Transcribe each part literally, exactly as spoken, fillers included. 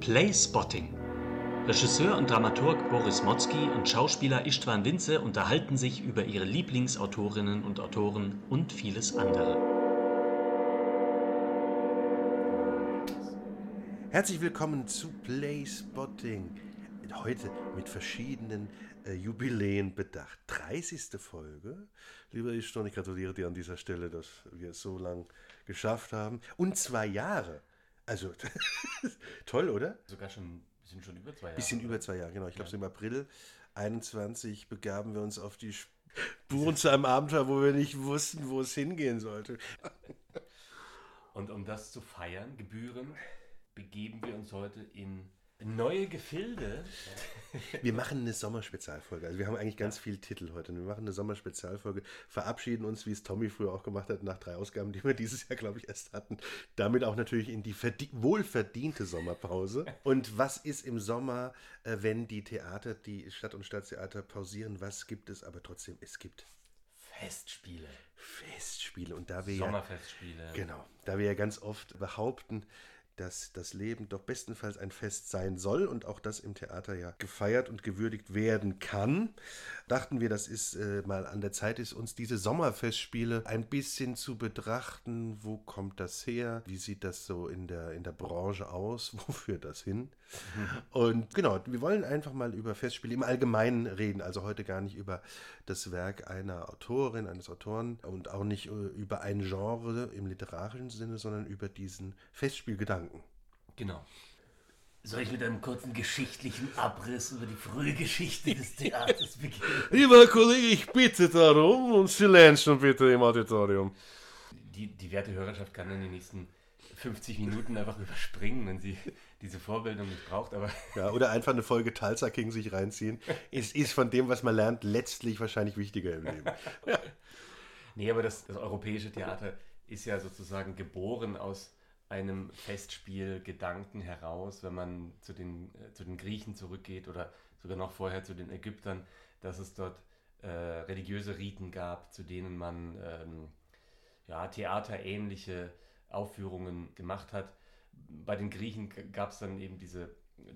Playspotting. Regisseur und Dramaturg Boris Motzki und Schauspieler Istvan Vince unterhalten sich über ihre Lieblingsautorinnen und Autoren und vieles andere. Herzlich willkommen zu Playspotting. Heute mit verschiedenen äh, Jubiläen bedacht. dreißigste Folge. Lieber Istvan, ich gratuliere dir an dieser Stelle, dass wir es so lang geschafft haben. Und zwei Jahre. Also, toll, oder? Sogar schon, sind schon über zwei Jahre. Bisschen oder? über zwei Jahre, genau. Ich glaube, Ja. so im April einundzwanzig begaben wir uns auf die Spuren zu einem Abenteuer, wo wir nicht wussten, wo es hingehen sollte. Und um das zu feiern, gebührend, begeben wir uns heute in neue Gefilde. Wir machen eine Sommerspezialfolge. Also wir haben eigentlich ganz viele Titel heute. Wir machen eine Sommerspezialfolge, verabschieden uns, wie es Tommy früher auch gemacht hat, nach drei Ausgaben, die wir dieses Jahr, glaube ich, erst hatten. Damit auch natürlich in die verdie- wohlverdiente Sommerpause. Und was ist im Sommer, äh, wenn die Theater, die Stadt- und Staatstheater pausieren? Was gibt es? Aber trotzdem, es gibt Festspiele. Festspiele. Und da wir ja, Sommerfestspiele. genau, da wir ja ganz oft behaupten, dass das Leben doch bestenfalls ein Fest sein soll und auch das im Theater ja gefeiert und gewürdigt werden kann, dachten wir, das ist äh, mal an der Zeit ist, uns diese Sommerfestspiele ein bisschen zu betrachten. Wo kommt das her? Wie sieht das so in der, in der Branche aus? Wo führt das hin? Und genau, wir wollen einfach mal über Festspiele im Allgemeinen reden, also heute gar nicht über das Werk einer Autorin, eines Autoren und auch nicht äh, über ein Genre im literarischen Sinne, sondern über diesen Festspielgedanken. Genau. Soll ich mit einem kurzen geschichtlichen Abriss über die frühe Geschichte des Theaters beginnen? Lieber Kollege, ich bitte darum und Silenzium bitte im Auditorium. Die, die werte Hörerschaft kann in den nächsten fünfzig Minuten einfach überspringen, wenn sie diese Vorbildung nicht braucht, aber Ja, oder einfach eine Folge Tulsa King sich reinziehen. Es ist von dem, was man lernt, letztlich wahrscheinlich wichtiger im Leben. nee, aber das, das europäische Theater ist ja sozusagen geboren aus einem Festspielgedanken heraus, wenn man zu den, äh, zu den Griechen zurückgeht oder sogar noch vorher zu den Ägyptern, dass es dort äh, religiöse Riten gab, zu denen man ähm, ja, theaterähnliche Aufführungen gemacht hat. Bei den Griechen gab es dann eben diese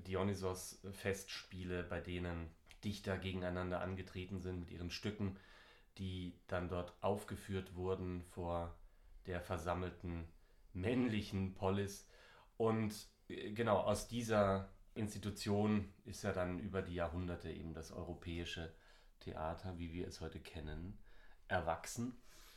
Dionysos-Festspiele, bei denen Dichter gegeneinander angetreten sind mit ihren Stücken, die dann dort aufgeführt wurden vor der versammelten männlichen Polis. Und äh, genau aus dieser Institution ist ja dann über die Jahrhunderte eben das europäische Theater, wie wir es heute kennen, erwachsen.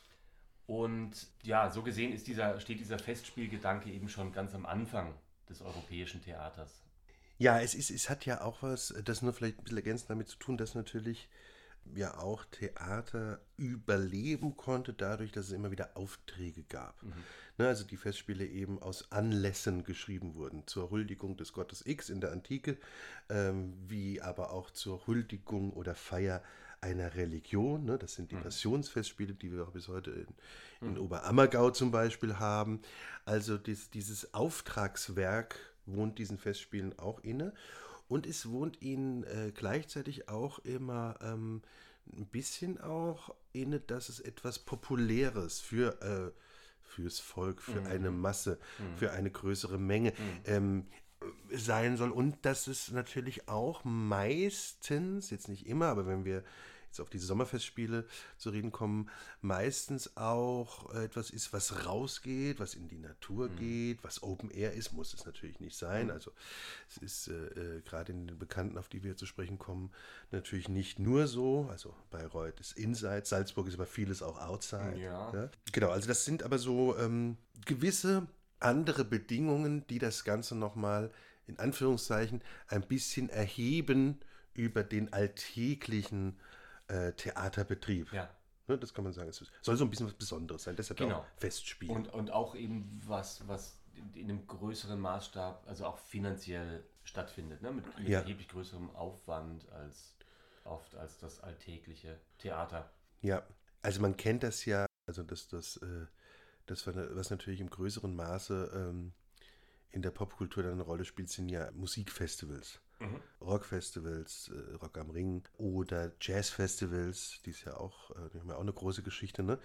Und ja, so gesehen ist dieser, steht dieser Festspielgedanke eben schon ganz am Anfang des europäischen Theaters. Ja, es ist, es hat ja auch was, das nur vielleicht ein bisschen ergänzend damit zu tun, dass natürlich ja auch Theater überleben konnte, dadurch, dass es immer wieder Aufträge gab. Mhm. Ne, also die Festspiele eben aus Anlässen geschrieben wurden, zur Huldigung des Gottes X in der Antike, ähm, wie aber auch zur Huldigung oder Feier einer Religion. Ne? Das sind die Mhm. Passionsfestspiele, die wir auch bis heute in, in Mhm. Oberammergau zum Beispiel haben. Also dies, dieses Auftragswerk wohnt diesen Festspielen auch inne. Und es wohnt ihnen äh, gleichzeitig auch immer ähm, ein bisschen auch inne, dass es etwas Populäres für, äh, fürs Volk, für Mhm. eine Masse, Mhm. für eine größere Menge Mhm. ähm, sein soll. Und dass es natürlich auch meistens, jetzt nicht immer, aber wenn wir jetzt auf diese Sommerfestspiele zu reden kommen, meistens auch etwas ist, was rausgeht, was in die Natur Mhm. geht, was Open Air ist, muss es natürlich nicht sein. Mhm. Also es ist äh, äh, gerade in den Bekannten, auf die wir zu sprechen kommen, natürlich nicht nur so. Also Bayreuth ist Inside, Salzburg ist aber vieles auch Outside. Ja. Ja? Genau, also das sind aber so ähm, gewisse andere Bedingungen, die das Ganze nochmal in Anführungszeichen ein bisschen erheben über den alltäglichen äh, Theaterbetrieb. Ja. Ne, das kann man sagen. Es soll so ein bisschen was Besonderes sein. Deshalb Genau. auch Festspiel. Und, und auch eben was, was in einem größeren Maßstab, also auch finanziell stattfindet, ne? mit, mit Ja. erheblich größerem Aufwand als oft als das alltägliche Theater. Ja, also man kennt das ja, also das, das, äh, das was natürlich im größeren Maße ähm, in der Popkultur dann eine Rolle spielt, sind ja Musikfestivals. Mhm. Rockfestivals, äh, Rock am Ring oder Jazzfestivals, die ist ja auch, äh, die haben ja auch eine große Geschichte, ne?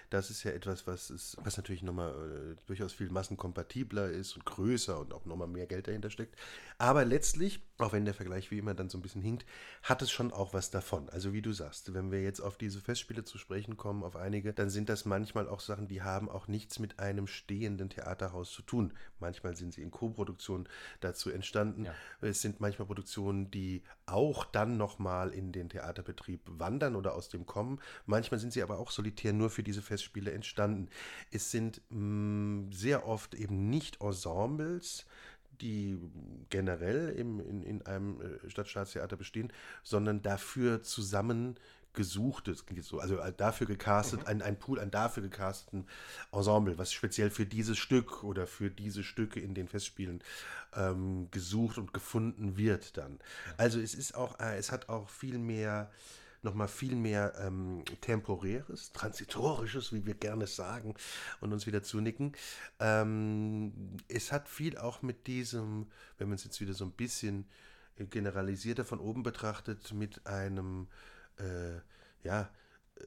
Das ist ja etwas, was, ist, was natürlich nochmal äh, durchaus viel massenkompatibler ist und größer und auch nochmal mehr Geld dahinter steckt. Aber letztlich, auch wenn der Vergleich wie immer dann so ein bisschen hinkt, hat es schon auch was davon. Also wie du sagst, wenn wir jetzt auf diese Festspiele zu sprechen kommen, auf einige, dann sind das manchmal auch Sachen, die haben auch nichts mit einem stehenden Theaterhaus zu tun. Manchmal sind sie in Co-Produktionen dazu entstanden. Ja. Es sind manchmal Produktionen, die auch dann nochmal in den Theaterbetrieb wandern oder aus dem kommen. Manchmal sind sie aber auch solitär nur für diese Festspiele entstanden. Es sind mh, sehr oft eben nicht Ensembles, die generell im, in, in einem Stadtstaatstheater bestehen, sondern dafür zusammen gesuchtes, so, also dafür gecastet, mhm. ein, ein Pool an dafür gecasteten Ensemble, was speziell für dieses Stück oder für diese Stücke in den Festspielen ähm, gesucht und gefunden wird dann. Also es ist auch, äh, es hat auch viel mehr, nochmal viel mehr ähm, Temporäres, Transitorisches, wie wir gerne sagen und uns wieder zunicken. Ähm, es hat viel auch mit diesem, wenn man es jetzt wieder so ein bisschen generalisierter von oben betrachtet, mit einem Äh, ja, äh,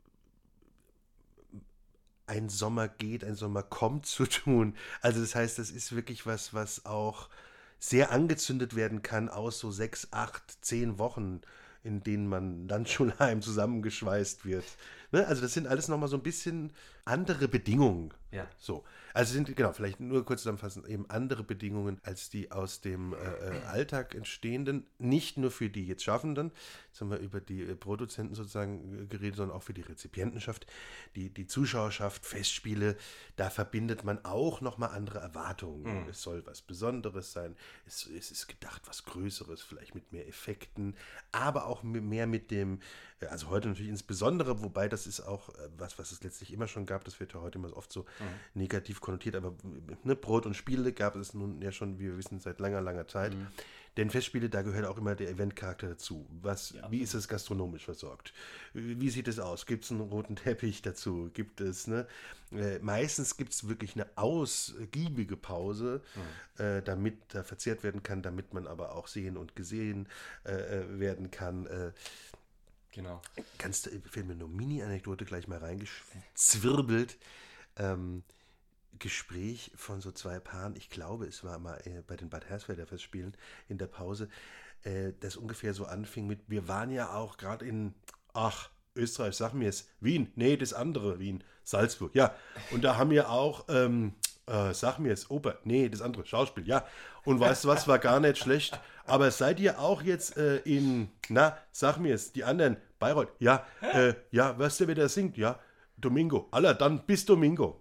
ein Sommer geht, ein Sommer kommt zu tun. Also das heißt, das ist wirklich was, was auch sehr angezündet werden kann aus so sechs, acht, zehn Wochen, in denen man dann schon heim zusammengeschweißt wird. Ne? Also das sind alles nochmal so ein bisschen andere Bedingungen. Ja. So. Also sind, genau, vielleicht nur kurz zusammenfassend, eben andere Bedingungen als die aus dem äh, Alltag entstehenden, nicht nur für die jetzt Schaffenden, jetzt haben wir über die äh, Produzenten sozusagen geredet, sondern auch für die Rezipientenschaft, die, die Zuschauerschaft, Festspiele, da verbindet man auch nochmal andere Erwartungen. Mhm. Es soll was Besonderes sein, es, es ist gedacht was Größeres, vielleicht mit mehr Effekten, aber auch mehr mit dem, also heute natürlich insbesondere, wobei das ist auch was, was es letztlich immer schon gab, das wird ja heute immer oft so mhm. negativ konnotiert, aber ne, Brot und Spiele gab es nun ja schon, wie wir wissen, seit langer, langer Zeit. Mhm. Denn Festspiele, da gehört auch immer der Eventcharakter dazu. Was, ja, wie ist es gastronomisch versorgt? Wie sieht es aus? Gibt es einen roten Teppich dazu? Gibt es, ne? Äh, meistens gibt es wirklich eine ausgiebige Pause, mhm. äh, damit da verzehrt werden kann, damit man aber auch sehen und gesehen äh, werden kann. Äh, Genau. Ganz, fällt mir nur eine Mini-Anekdote gleich mal reingezwirbelt. Ähm, Gespräch von so zwei Paaren, ich glaube, es war mal äh, bei den Bad Hersfelder Festspielen in der Pause, äh, das ungefähr so anfing mit, wir waren ja auch gerade in, ach, Österreich, sag mir es, Wien, nee, das andere Wien, Salzburg, ja, und da haben wir auch, ähm, äh, sag mir es, Oper, nee, das andere, Schauspiel, ja, und weißt du was, war gar nicht schlecht, aber seid ihr auch jetzt äh, in, na, sag mir es, die anderen, Bayreuth, ja, äh, ja, weißt du, wer da singt, ja, Domingo, Aller, dann bis Domingo.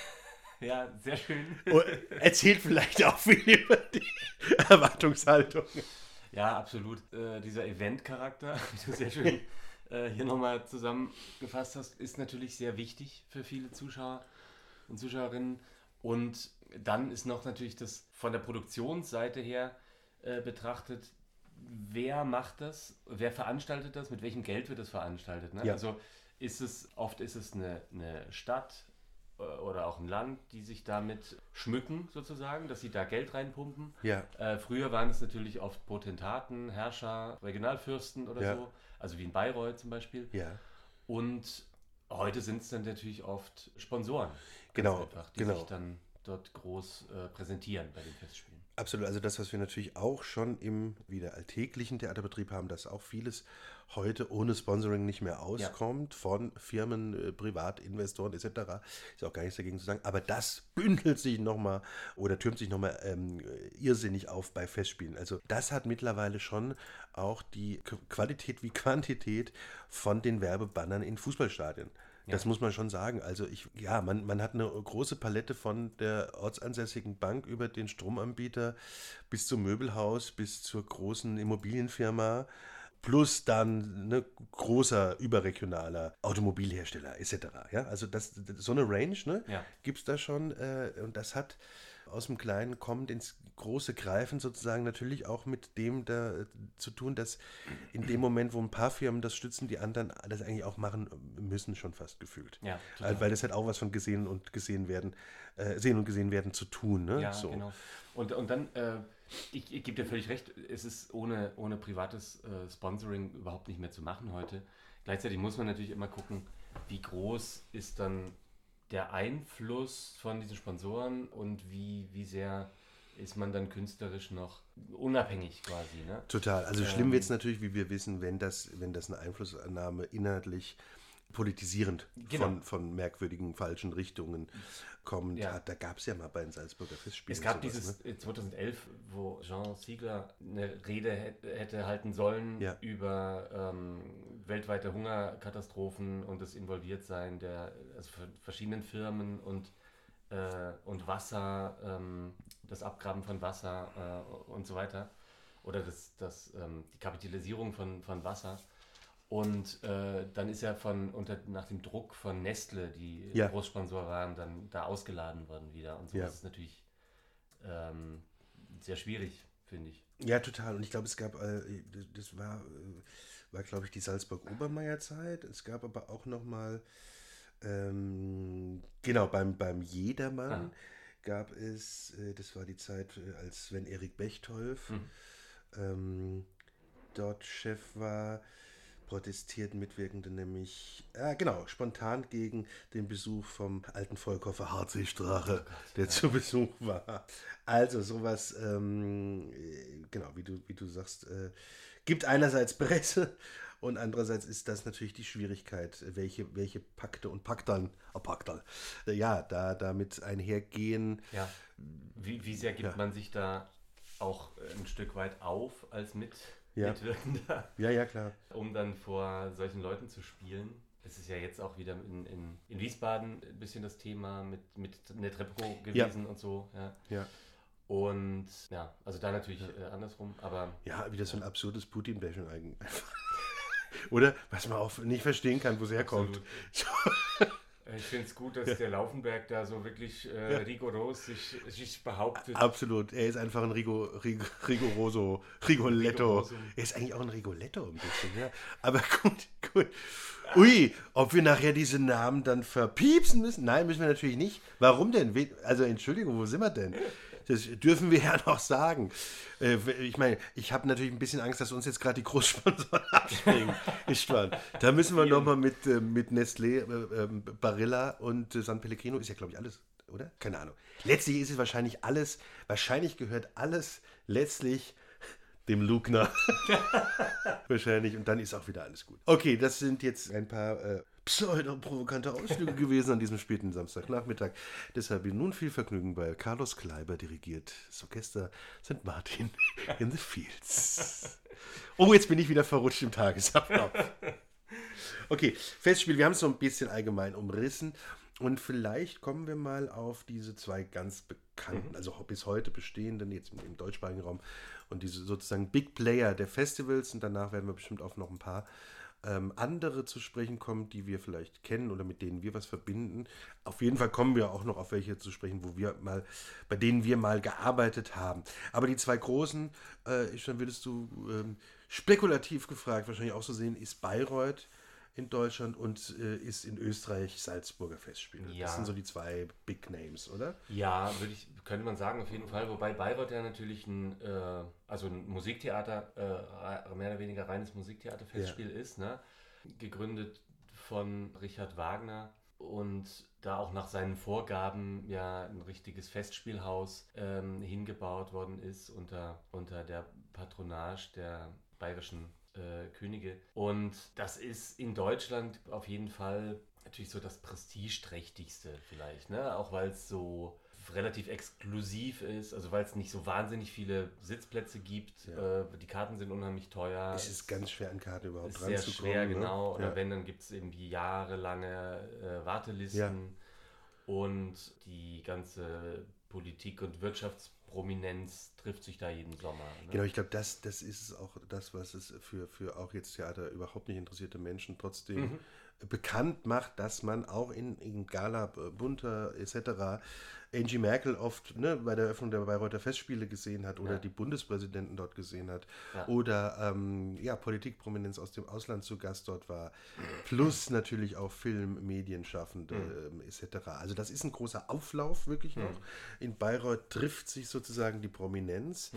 Ja, sehr schön. Und erzählt vielleicht auch viel über die Erwartungshaltung. Ja, absolut. Äh, dieser Event-Charakter, wie du sehr schön äh, hier nochmal zusammengefasst hast, ist natürlich sehr wichtig für viele Zuschauer und Zuschauerinnen. Und dann ist noch natürlich das von der Produktionsseite her äh, betrachtet, wer macht das, wer veranstaltet das, mit welchem Geld wird das veranstaltet. Ne? Ja. Also ist es, oft ist es eine, eine Stadt oder auch ein Land, die sich damit schmücken sozusagen, dass sie da Geld reinpumpen. Ja. Äh, früher waren es natürlich oft Potentaten, Herrscher, Regionalfürsten oder ja. so, also wie in Bayreuth zum Beispiel. Ja. Und heute sind es dann natürlich oft Sponsoren, genau, einfach, die genau. sich dann dort groß äh, präsentieren bei den Festspielen. Absolut, also das, was wir natürlich auch schon im wieder alltäglichen Theaterbetrieb haben, dass auch vieles heute ohne Sponsoring nicht mehr auskommt, ja. von Firmen, Privatinvestoren et cetera. Ist auch gar nichts dagegen zu sagen, aber das bündelt sich nochmal oder türmt sich nochmal ähm, irrsinnig auf bei Festspielen. Also das hat mittlerweile schon auch die Qualität wie Quantität von den Werbebannern in Fußballstadien. Das ja. muss man schon sagen. Also ich, ja, man, man hat eine große Palette von der ortsansässigen Bank über den Stromanbieter bis zum Möbelhaus, bis zur großen Immobilienfirma, plus dann ein großer überregionaler Automobilhersteller et cetera. Ja, also das, so eine Range ne, ja. gibt es da schon äh, und das hat aus dem Kleinen kommend ins große Greifen sozusagen natürlich auch mit dem da äh, zu tun, dass in dem Moment, wo ein paar Firmen das stützen, die anderen das eigentlich auch machen müssen, schon fast gefühlt. Ja, weil, weil das hat auch was von gesehen und gesehen werden, äh, sehen und gesehen werden zu tun. Ne? Ja, so. genau. Und, und dann, äh, ich, ich gebe dir völlig recht, es ist ohne, ohne privates äh, Sponsoring überhaupt nicht mehr zu machen heute. Gleichzeitig muss man natürlich immer gucken, wie groß ist dann der Einfluss von diesen Sponsoren und wie, wie sehr ist man dann künstlerisch noch unabhängig quasi, ne? Total. Also Ähm, schlimm wird es natürlich, wie wir wissen, wenn das, wenn das eine Einflussnahme inhaltlich politisierend Genau. von, von merkwürdigen, falschen Richtungen kommt. Ja. Da, da gab es ja mal bei den Salzburger Festspielen Es gab sowas, dieses ne? äh, zweitausendelf, wo Jean Ziegler eine Rede hätte, hätte halten sollen Ja. über ähm, weltweite Hungerkatastrophen und das Involviertsein der also von verschiedenen Firmen und, äh, und Wasser, ähm, das Abgraben von Wasser äh, und so weiter. Oder das, das, ähm, die Kapitalisierung von, von Wasser. Und äh, dann ist er von unter, nach dem Druck von Nestle, die Ja. Großsponsor waren, dann da ausgeladen worden wieder. Und so. Ja. Das ist natürlich ähm, sehr schwierig, finde ich. Ja, total. Und ich glaube, es gab, äh, das war, äh, war glaube ich, die Salzburg-Obermeier-Zeit. Es gab aber auch nochmal, ähm, genau, beim, beim Jedermann Aha. gab es, äh, das war die Zeit, äh, als wenn Erik Bechtolf Hm. ähm, dort Chef war, protestierten Mitwirkende nämlich, äh, genau, spontan gegen den Besuch vom alten Volkhofer Hartseestrache, der ja. zu Besuch war. Also sowas, ähm, äh, genau, wie du, wie du sagst, äh, gibt einerseits Presse und andererseits ist das natürlich die Schwierigkeit, welche, welche Pakte und Paktan, oh, Paktal, äh, ja, da damit einhergehen. Ja. Wie, wie sehr gibt Ja. man sich da auch ein Stück weit auf als Mit Ja. Mitwirkender, Ja, ja, klar. um dann vor solchen Leuten zu spielen? Das ist ja jetzt auch wieder in, in, in Wiesbaden ein bisschen das Thema mit, mit Netrepco gewesen und so. Ja. Ja. Und ja, also da natürlich äh, andersrum, aber Ja, wieder so ein absurdes Putin-Bashing eigentlich. Oder? Was man auch nicht verstehen kann, wo es herkommt. ich finde es gut, dass der Laufenberg da so wirklich äh, Ja. rigoros sich, sich behauptet. Absolut. Er ist einfach ein Rigo, Rigo, Rigoroso, Rigoletto. Rigoroso. Er ist eigentlich auch ein Rigoletto ein bisschen, ja. Aber gut, gut. Ui, ob wir nachher diese Namen dann verpiepsen müssen? Nein, müssen wir natürlich nicht. Warum denn? We- Also Entschuldigung, wo sind wir denn? Das dürfen wir ja noch sagen. Äh, Ich meine, ich habe natürlich ein bisschen Angst, dass uns jetzt gerade die Großsponsoren abspringen. Istvan. Da müssen wir nochmal mit, äh, mit Nestlé, äh, ähm, Barilla und äh, San Pellegrino, ist ja glaube ich alles, oder? Keine Ahnung. Letztlich ist es wahrscheinlich alles, wahrscheinlich gehört alles letztlich dem Lugner. Wahrscheinlich. Und dann ist auch wieder alles gut. Okay, das sind jetzt ein paar äh, pseudo-provokante Ausflüge gewesen an diesem späten Samstagnachmittag. Deshalb nun viel Vergnügen bei Carlos Kleiber dirigiert das Orchester Sankt Martin in the Fields. Oh, jetzt bin ich wieder verrutscht im Tagesablauf. Okay, Festspiel, wir haben es so ein bisschen allgemein umrissen. Und vielleicht kommen wir mal auf diese zwei ganz bekannten, also bis heute bestehenden, jetzt im, im deutschsprachigen Raum, und diese sozusagen Big Player der Festivals. Und danach werden wir bestimmt auf noch ein paar ähm, andere zu sprechen kommen, die wir vielleicht kennen oder mit denen wir was verbinden. Auf jeden Fall kommen wir auch noch auf welche zu sprechen, wo wir mal, bei denen wir mal gearbeitet haben. Aber die zwei großen, äh, ich, dann würdest du ähm, spekulativ gefragt, wahrscheinlich auch so sehen, ist Bayreuth in Deutschland und äh, ist in Österreich Salzburger Festspiele. Ja. Das sind so die zwei Big Names, oder? Ja, würde ich, könnte man sagen, auf jeden Fall. Wobei Bayreuth ja natürlich ein, äh, also ein Musiktheater, äh, mehr oder weniger reines Musiktheaterfestspiel ja. ist, ne? Gegründet von Richard Wagner und da auch nach seinen Vorgaben ja ein richtiges Festspielhaus ähm, hingebaut worden ist unter, unter der Patronage der bayerischen äh, Könige. Und das ist in Deutschland auf jeden Fall natürlich so das prestigeträchtigste vielleicht, ne? Auch weil es so relativ exklusiv ist, also weil es nicht so wahnsinnig viele Sitzplätze gibt. Ja. Äh, die Karten sind unheimlich teuer. Es ist ganz schwer, an Karten überhaupt ist dran sehr zu schwer, kommen. genau. Ne? Oder Ja. wenn, dann gibt es irgendwie jahrelange äh, Wartelisten. Ja. Und die ganze Politik- und Wirtschaftsprominenz trifft sich da jeden Sommer. Ne? Genau, ich glaube, das, das ist auch das, was es für, für auch jetzt Theater überhaupt nicht interessierte Menschen trotzdem Mhm. bekannt macht, dass man auch in, in Gala, Bunter et cetera Angie Merkel oft ne, bei der Eröffnung der Bayreuther Festspiele gesehen hat oder Ja. die Bundespräsidenten dort gesehen hat Ja. oder ähm, ja, Politikprominenz aus dem Ausland zu Gast dort war, plus natürlich auch Film, Medienschaffende Mhm. ähm, et cetera. Also das ist ein großer Auflauf wirklich noch. Mhm. In Bayreuth trifft sich sozusagen die Prominenz. Mhm.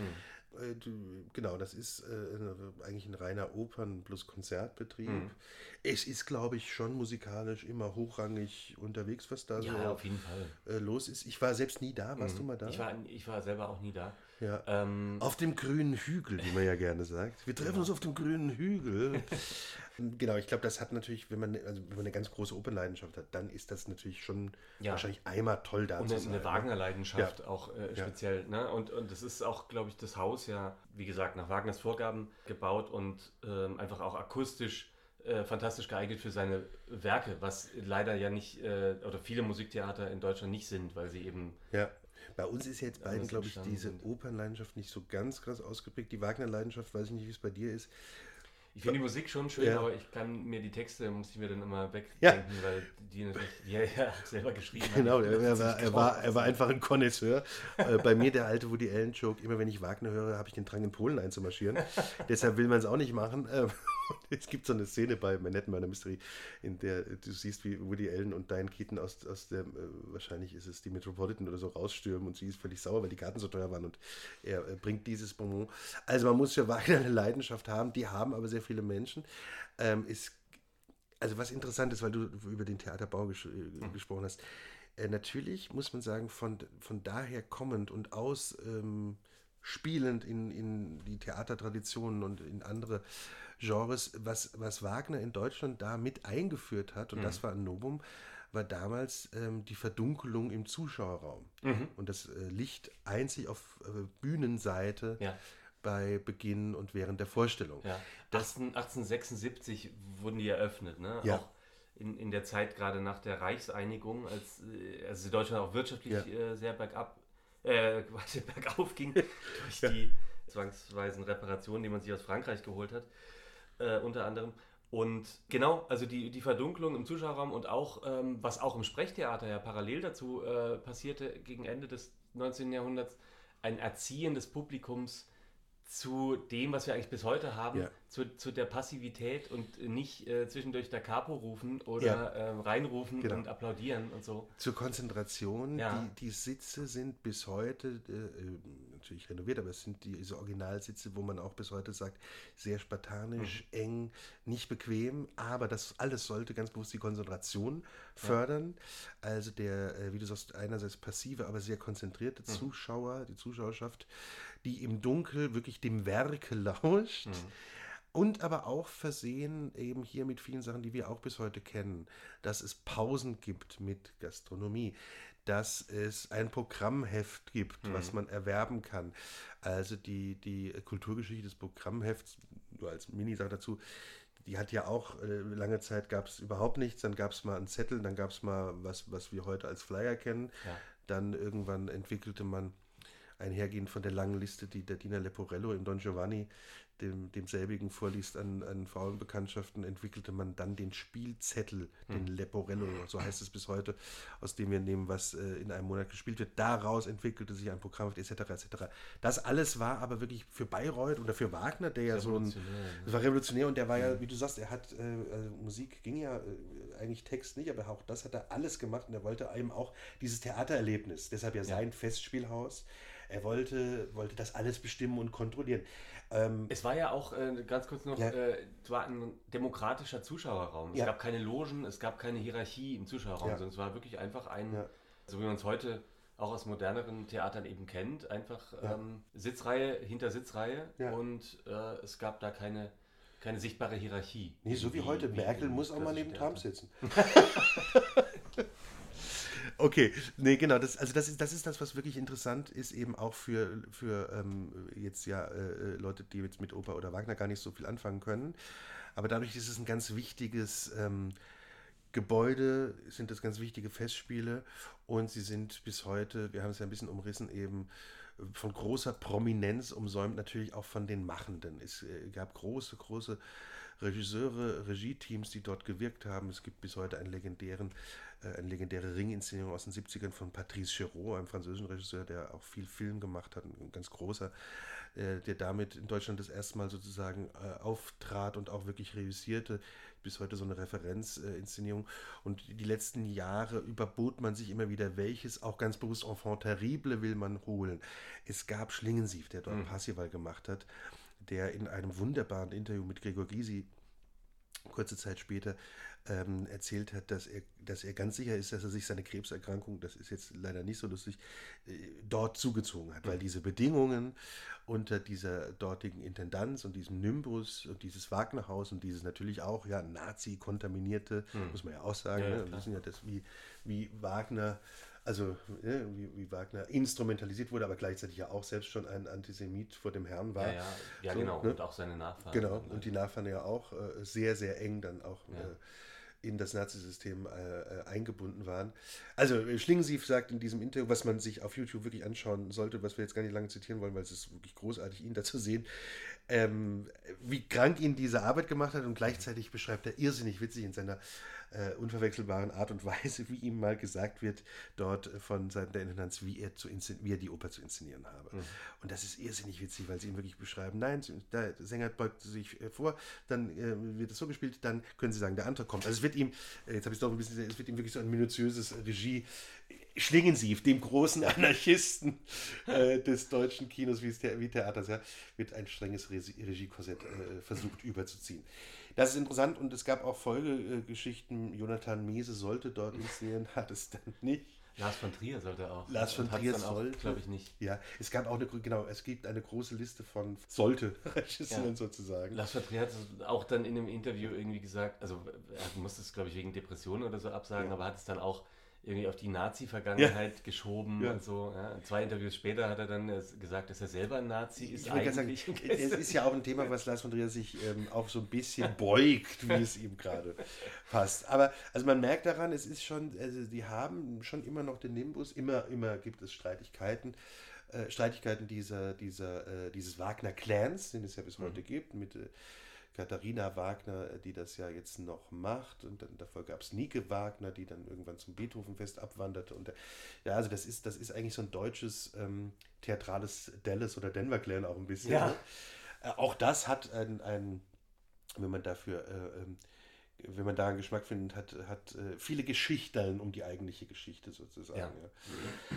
Äh, du, genau, das ist äh, eigentlich ein reiner Opern- plus Konzertbetrieb. Mhm. Es ist, glaube ich, schon musikalisch immer hochrangig unterwegs, was da Ja, so auf jeden Fall. äh, los ist. Ich war selbst nie da. Warst du Mhm. mal da? Ich war, ich war selber auch nie da. Ja. Ähm, Auf dem grünen Hügel, wie man ja gerne sagt. Wir treffen Ja. uns auf dem grünen Hügel. Genau, ich glaube, das hat natürlich, wenn man, also wenn man eine ganz große Opernleidenschaft hat, dann ist das natürlich schon Ja. wahrscheinlich einmal toll da Und zu eine, sein. eine ne? Wagner-Leidenschaft Ja. auch äh, Ja. speziell. Ne? Und, und das ist auch, glaube ich, das Haus ja, wie gesagt, nach Wagners Vorgaben gebaut und ähm, einfach auch akustisch äh, fantastisch geeignet für seine Werke, was leider ja nicht, äh, oder viele Musiktheater in Deutschland nicht sind, weil sie eben... Ja. Bei uns ist jetzt beiden, Anders glaube ich, entstanden diese sind. Opernleidenschaft nicht so ganz krass ausgeprägt. Die Wagner-Leidenschaft, weiß ich nicht, wie es bei dir ist. Ich finde die Musik schon schön, Ja. aber ich kann mir die Texte, muss ich mir dann immer wegdenken, Ja. weil die natürlich, die er ja selber geschrieben hat. Genau, Ich er, finde er, das war, ziemlich er, war, grau. er war einfach ein Connoisseur. Äh, bei mir der alte Woody Allen-Joke, immer wenn ich Wagner höre, habe ich den Drang, in Polen einzumarschieren. Deshalb will man es auch nicht machen. Ähm, Es gibt so eine Szene bei Manhattan Murder Mystery, in der du siehst, wie Woody Allen und Diane Keaton aus, aus der, äh, wahrscheinlich ist es die Metropolitan oder so, rausstürmen und sie ist völlig sauer, weil die Karten so teuer waren und er äh, bringt dieses Bonbon. Also man muss für Wagner eine Leidenschaft haben, die haben aber sehr viele Menschen. Ähm, ist, also was interessant ist, weil du über den Theaterbau ges äh, gesprochen hast, äh, natürlich muss man sagen, von, von daher kommend und aus ähm, spielend in, in die Theatertraditionen und in andere Genres, was, was Wagner in Deutschland da mit eingeführt hat, und Mhm. das war ein Novum, war damals ähm, die Verdunkelung im Zuschauerraum. Mhm. Und das äh, Licht einzig auf äh, Bühnenseite Ja. bei Beginn und während der Vorstellung. Ja. Das- achtzehn, achtzehnhundertsechsundsiebzig wurden die eröffnet, ne? Ja. Auch in, in der Zeit gerade nach der Reichseinigung, als äh, also Deutschland auch wirtschaftlich Ja. äh, sehr bergab, äh, quasi bergauf ging durch Ja. die zwangsweisen Reparationen, die man sich aus Frankreich geholt hat, äh, unter anderem. Und genau, also die, die Verdunklung im Zuschauerraum und auch, ähm, was auch im Sprechtheater ja parallel dazu äh, passierte, gegen Ende des neunzehnten Jahrhunderts, ein Erziehen des Publikums zu dem, was wir eigentlich bis heute haben, Ja. zu, zu der Passivität und nicht äh, zwischendurch da Capo rufen oder Ja. ähm, reinrufen Genau. und applaudieren und so. Zur Konzentration, Ja. die, die Sitze sind bis heute, äh, natürlich renoviert, aber es sind diese Originalsitze, wo man auch bis heute sagt, sehr spartanisch, Mhm. eng, nicht bequem, aber das alles sollte ganz bewusst die Konzentration fördern. Also der, äh, wie du sagst, einerseits passive, aber sehr konzentrierte Mhm. Zuschauer, die Zuschauerschaft, die im Dunkel wirklich dem Werke lauscht. Mhm. Und aber auch versehen eben hier mit vielen Sachen, die wir auch bis heute kennen, dass es Pausen gibt mit Gastronomie, dass es ein Programmheft gibt, Mhm. was man erwerben kann. Also die, die Kulturgeschichte des Programmhefts, nur als Mini-Sache dazu, die hat ja auch, äh, lange Zeit gab es überhaupt nichts, dann gab es mal einen Zettel, dann gab es mal was, was wir heute als Flyer kennen. Ja. Dann irgendwann entwickelte man, einhergehend von der langen Liste, die der Diener Leporello in Don Giovanni dem, demselbigen vorliest an, an Frauenbekanntschaften, entwickelte man dann den Spielzettel, den Leporello, so heißt es bis heute, aus dem wir nehmen, was äh, in einem Monat gespielt wird. Daraus entwickelte sich ein Programm et cetera et cetera. Das alles war aber wirklich für Bayreuth oder für Wagner, der ja so ein, Revolutionär, ne? das war revolutionär, und der war ja, wie du sagst, er hat, äh, also Musik ging ja äh, eigentlich Text nicht, aber auch das hat er alles gemacht, und er wollte eben auch dieses Theatererlebnis, deshalb ja sein Festspielhaus. Er wollte, wollte das alles bestimmen und kontrollieren. Ähm, Es war ja auch, äh, ganz kurz noch, Ja. äh, es war ein demokratischer Zuschauerraum. Es Ja. gab keine Logen, es gab keine Hierarchie im Zuschauerraum, Ja. sondern es war wirklich einfach ein, Ja. so wie man es heute auch aus moderneren Theatern eben kennt, einfach Ja. ähm, Sitzreihe hinter Sitzreihe, Ja. und äh, es gab da keine, keine sichtbare Hierarchie. nee, so wie, heute. Merkel im muss auch mal klassischen neben Trump Theater. sitzen. Okay, nee, genau, das, also das ist, das ist das, was wirklich interessant ist, eben auch für, für ähm, jetzt ja äh, Leute, die jetzt mit Oper oder Wagner gar nicht so viel anfangen können. Aber dadurch ist es ein ganz wichtiges ähm, Gebäude, sind das ganz wichtige Festspiele, und sie sind bis heute, wir haben es ja ein bisschen umrissen, eben von großer Prominenz umsäumt, natürlich auch von den Machenden. Es äh, gab große, große Regisseure, Regie-Teams, die dort gewirkt haben. Es gibt bis heute einen legendären, äh, eine legendäre Ringinszenierung aus den siebzigern von Patrice Chéreau, einem französischen Regisseur, der auch viel Film gemacht hat, ein ganz großer, äh, der damit in Deutschland das erste Mal sozusagen äh, auftrat und auch wirklich reüssierte. Bis heute so eine Referenzinszenierung. Äh, und die letzten Jahre überbot man sich immer wieder, welches auch ganz bewusst Enfant terrible will man holen. Es gab Schlingensief, der dort mhm. Parsifal gemacht hat, der in einem wunderbaren Interview mit Gregor Gysi kurze Zeit später ähm, erzählt hat, dass er, dass er ganz sicher ist, dass er sich seine Krebserkrankung, das ist jetzt leider nicht so lustig, äh, dort zugezogen hat, weil diese Bedingungen unter dieser dortigen Intendanz und diesem Nimbus und dieses Wagnerhaus und dieses natürlich auch ja Nazi-kontaminierte, hm. muss man ja auch sagen, ja, ne? Wir wissen ja, dass wie, wie Wagner also ja, wie, wie Wagner instrumentalisiert wurde, aber gleichzeitig ja auch selbst schon ein Antisemit vor dem Herrn war. Ja, ja, ja so, genau, ne? Und auch seine Nachfahren. Genau, und die Nachfahren ja auch äh, sehr, sehr eng dann auch ja. äh, in das Nazisystem äh, eingebunden waren. Also Schlingensief sagt in diesem Interview, was man sich auf YouTube wirklich anschauen sollte, was wir jetzt gar nicht lange zitieren wollen, weil es ist wirklich großartig, ihn da zu sehen, ähm, wie krank ihn diese Arbeit gemacht hat, und gleichzeitig beschreibt er irrsinnig witzig in seiner äh, unverwechselbaren Art und Weise, wie ihm mal gesagt wird, dort von Seiten der Intendanz, wie er, zu wie er die Oper zu inszenieren habe. Mhm. Und das ist irrsinnig witzig, weil sie ihn wirklich beschreiben, nein, der Sänger beugt sich vor, dann äh, wird es so gespielt, dann können sie sagen, der andere kommt. Also es wird ihm, jetzt habe ich es doch ein bisschen, es wird ihm wirklich so ein minutiöses Regie, Schlingensief, dem großen Anarchisten äh, des deutschen Kinos wie, The- wie Theaters, ja, wird ein strenges Re- Regiekorsett äh, versucht überzuziehen. Das ist interessant, und es gab auch Folgegeschichten. Jonathan Mese sollte dort inszenieren, hat es dann nicht. Lars von Trier sollte auch. Lars von Trier sollte, glaube ich, nicht. Ja, es gab auch eine, genau, es gibt eine große Liste von sollte Regisseuren ja. sozusagen. Lars von Trier hat auch dann in einem Interview irgendwie gesagt, also er musste es, glaube ich, wegen Depressionen oder so absagen, ja. aber hat es dann auch irgendwie auf die Nazi-Vergangenheit ja. geschoben ja. und so. Ja. Zwei Interviews später hat er dann gesagt, dass er selber ein Nazi ist. Ich eigentlich. Sagen, es ist ja auch ein Thema, was Lars von Trier sich ähm, auch so ein bisschen beugt, wie es ihm gerade passt. Aber also man merkt daran, es ist schon, also die haben schon immer noch den Nimbus, immer, immer gibt es Streitigkeiten. Äh, Streitigkeiten dieser, dieser, äh, dieses Wagner-Clans, den es ja bis mhm. heute gibt, mit äh, Katharina Wagner, die das ja jetzt noch macht, und dann davor gab es Nike Wagner, die dann irgendwann zum Beethovenfest abwanderte. Und ja, also das ist, das ist eigentlich so ein deutsches ähm, theatrales Dallas oder Denver Clan auch ein bisschen. Ja. Ne? Äh, auch das hat ein, ein wenn man dafür, äh, ähm, wenn man da einen Geschmack findet, hat, hat äh, viele Geschichteln um die eigentliche Geschichte sozusagen. Ja. Ja.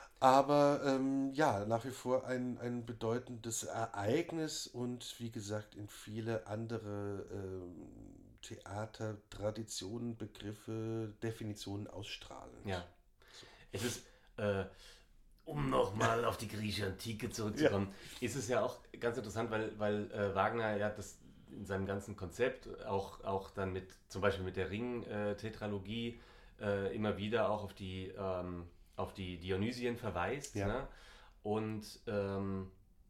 Aber ähm, ja, nach wie vor ein, ein bedeutendes Ereignis und wie gesagt in viele andere ähm, Theater, Traditionen, Begriffe, Definitionen ausstrahlen. Ja, so. Es ist, äh, um nochmal auf die griechische Antike zurückzukommen, ja. ist es ja auch ganz interessant, weil, weil äh, Wagner ja das in seinem ganzen Konzept, auch, auch dann mit, zum Beispiel mit der Ring-Tetralogie, äh, immer wieder auch auf die ähm, auf die Dionysien verweist, ja. ne? Und ähm,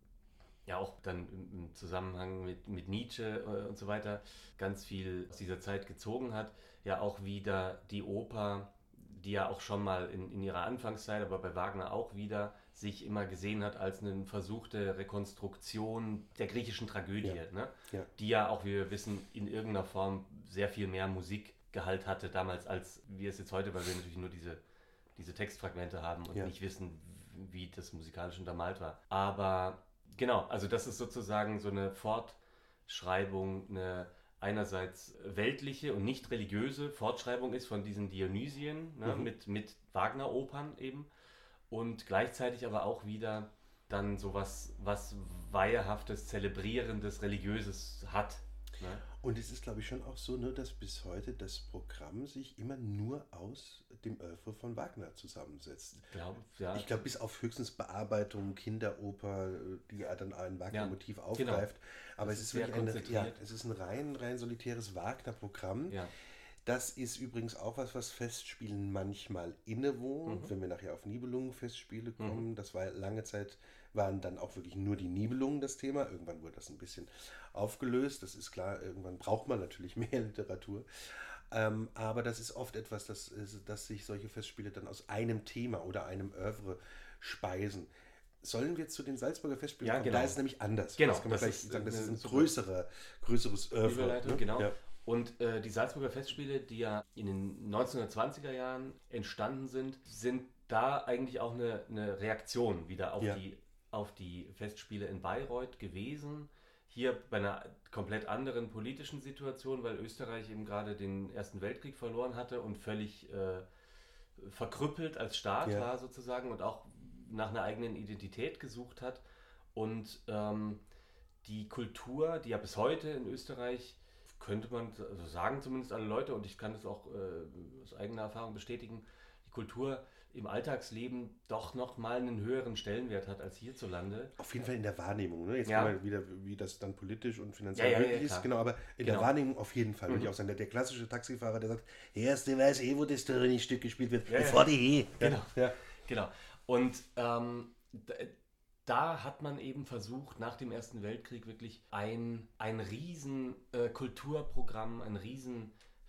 ja auch dann im Zusammenhang mit, mit Nietzsche äh, und so weiter ganz viel aus dieser Zeit gezogen hat, ja auch wieder die Oper, die ja auch schon mal in, in ihrer Anfangszeit, aber bei Wagner auch wieder, sich immer gesehen hat als eine versuchte Rekonstruktion der griechischen Tragödie, ja. Ne? Ja. Die ja auch, wie wir wissen, in irgendeiner Form sehr viel mehr Musikgehalt hatte damals, als wir es jetzt heute, weil wir natürlich nur diese diese Textfragmente haben und ja. nicht wissen, wie das musikalisch untermalt war. Aber genau, also das ist sozusagen so eine Fortschreibung, eine einerseits weltliche und nicht religiöse Fortschreibung ist von diesen Dionysien, ne, mhm. mit, mit Wagner-Opern eben, und gleichzeitig aber auch wieder dann sowas was Weihehaftes, Zelebrierendes, Religiöses hat. Ne? Und es ist, glaube ich, schon auch so, ne, dass bis heute das Programm sich immer nur aus dem Oeuvre von Wagner zusammensetzt. Glaub, ja. Ich glaube, bis auf höchstens Bearbeitung, Kinderoper, die ja dann ein Wagner-Motiv ja, aufgreift. Genau. Aber das es ist wirklich eine, ja, es ist ein rein, rein solitäres Wagner-Programm. Ja. Das ist übrigens auch was, was Festspielen manchmal innewohnt. Mhm. Wenn wir nachher auf Nibelungen-Festspiele kommen, mhm. das war lange Zeit, waren dann auch wirklich nur die Nibelungen das Thema. Irgendwann wurde das ein bisschen aufgelöst. Das ist klar, irgendwann braucht man natürlich mehr Literatur. Ähm, aber das ist oft etwas, dass, dass sich solche Festspiele dann aus einem Thema oder einem Oeuvre speisen. Sollen wir zu den Salzburger Festspielen Ja, kommen? genau. Da ist es nämlich anders. Genau, Das kann man das gleich ist sagen, das eine ist ein super größerer, größeres Oeuvre. Überleitung, Ne? genau. Ja. Und äh, die Salzburger Festspiele, die ja in den neunzehnhundertzwanziger Jahren entstanden sind, sind da eigentlich auch eine, eine Reaktion wieder auf, Ja. die, auf die Festspiele in Bayreuth gewesen. Hier bei einer komplett anderen politischen Situation, weil Österreich eben gerade den Ersten Weltkrieg verloren hatte und völlig äh, verkrüppelt als Staat Ja. war sozusagen und auch nach einer eigenen Identität gesucht hat. Und ähm, die Kultur, die ja bis heute in Österreich, könnte man also sagen, zumindest alle Leute, und ich kann das auch äh, aus eigener Erfahrung bestätigen, die Kultur im Alltagsleben doch noch mal einen höheren Stellenwert hat als hierzulande. Auf jeden Fall in der Wahrnehmung. Ne? Jetzt Ja. kann man wieder, wie das dann politisch und finanziell Ja, ja, ja, möglich ist. klar. Genau, aber in der Genau. Wahrnehmung auf jeden Fall, würde Mhm. ich auch sagen. Der, der klassische Taxifahrer, der sagt, erst du weißt eh, wo das Stück gespielt wird. Ja, ja. Bevor die eh. Genau. Ja. Genau. Und ähm, da, da hat man eben versucht, nach dem Ersten Weltkrieg wirklich ein, ein riesen äh, Kulturprogramm, ein riesen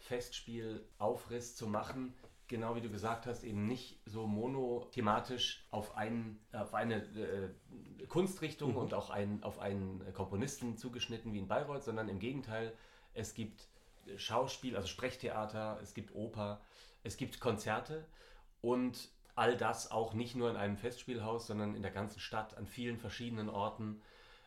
Festspielaufriss zu machen. Genau wie du gesagt hast, eben nicht so monothematisch auf, einen, auf eine äh, Kunstrichtung Mhm. und auch ein, auf einen Komponisten zugeschnitten wie in Bayreuth, sondern im Gegenteil, es gibt Schauspiel, also Sprechtheater, es gibt Oper, es gibt Konzerte und all das auch nicht nur in einem Festspielhaus, sondern in der ganzen Stadt, an vielen verschiedenen Orten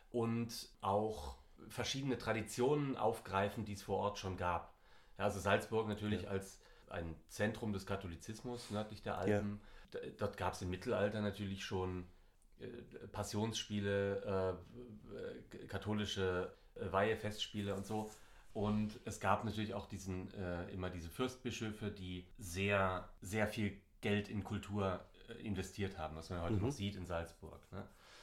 und auch verschiedene Traditionen aufgreifen, die es vor Ort schon gab. Ja, also Salzburg natürlich Ja. als ein Zentrum des Katholizismus nördlich der Alpen. D- Dort gab es im Mittelalter natürlich schon äh, Passionsspiele, äh, äh, katholische äh, Weihefestspiele und so. Und es gab natürlich auch diesen, äh, immer diese Fürstbischöfe, die sehr, sehr viel Geld in Kultur äh, investiert haben, was man heute Mhm. noch sieht in Salzburg. Ne?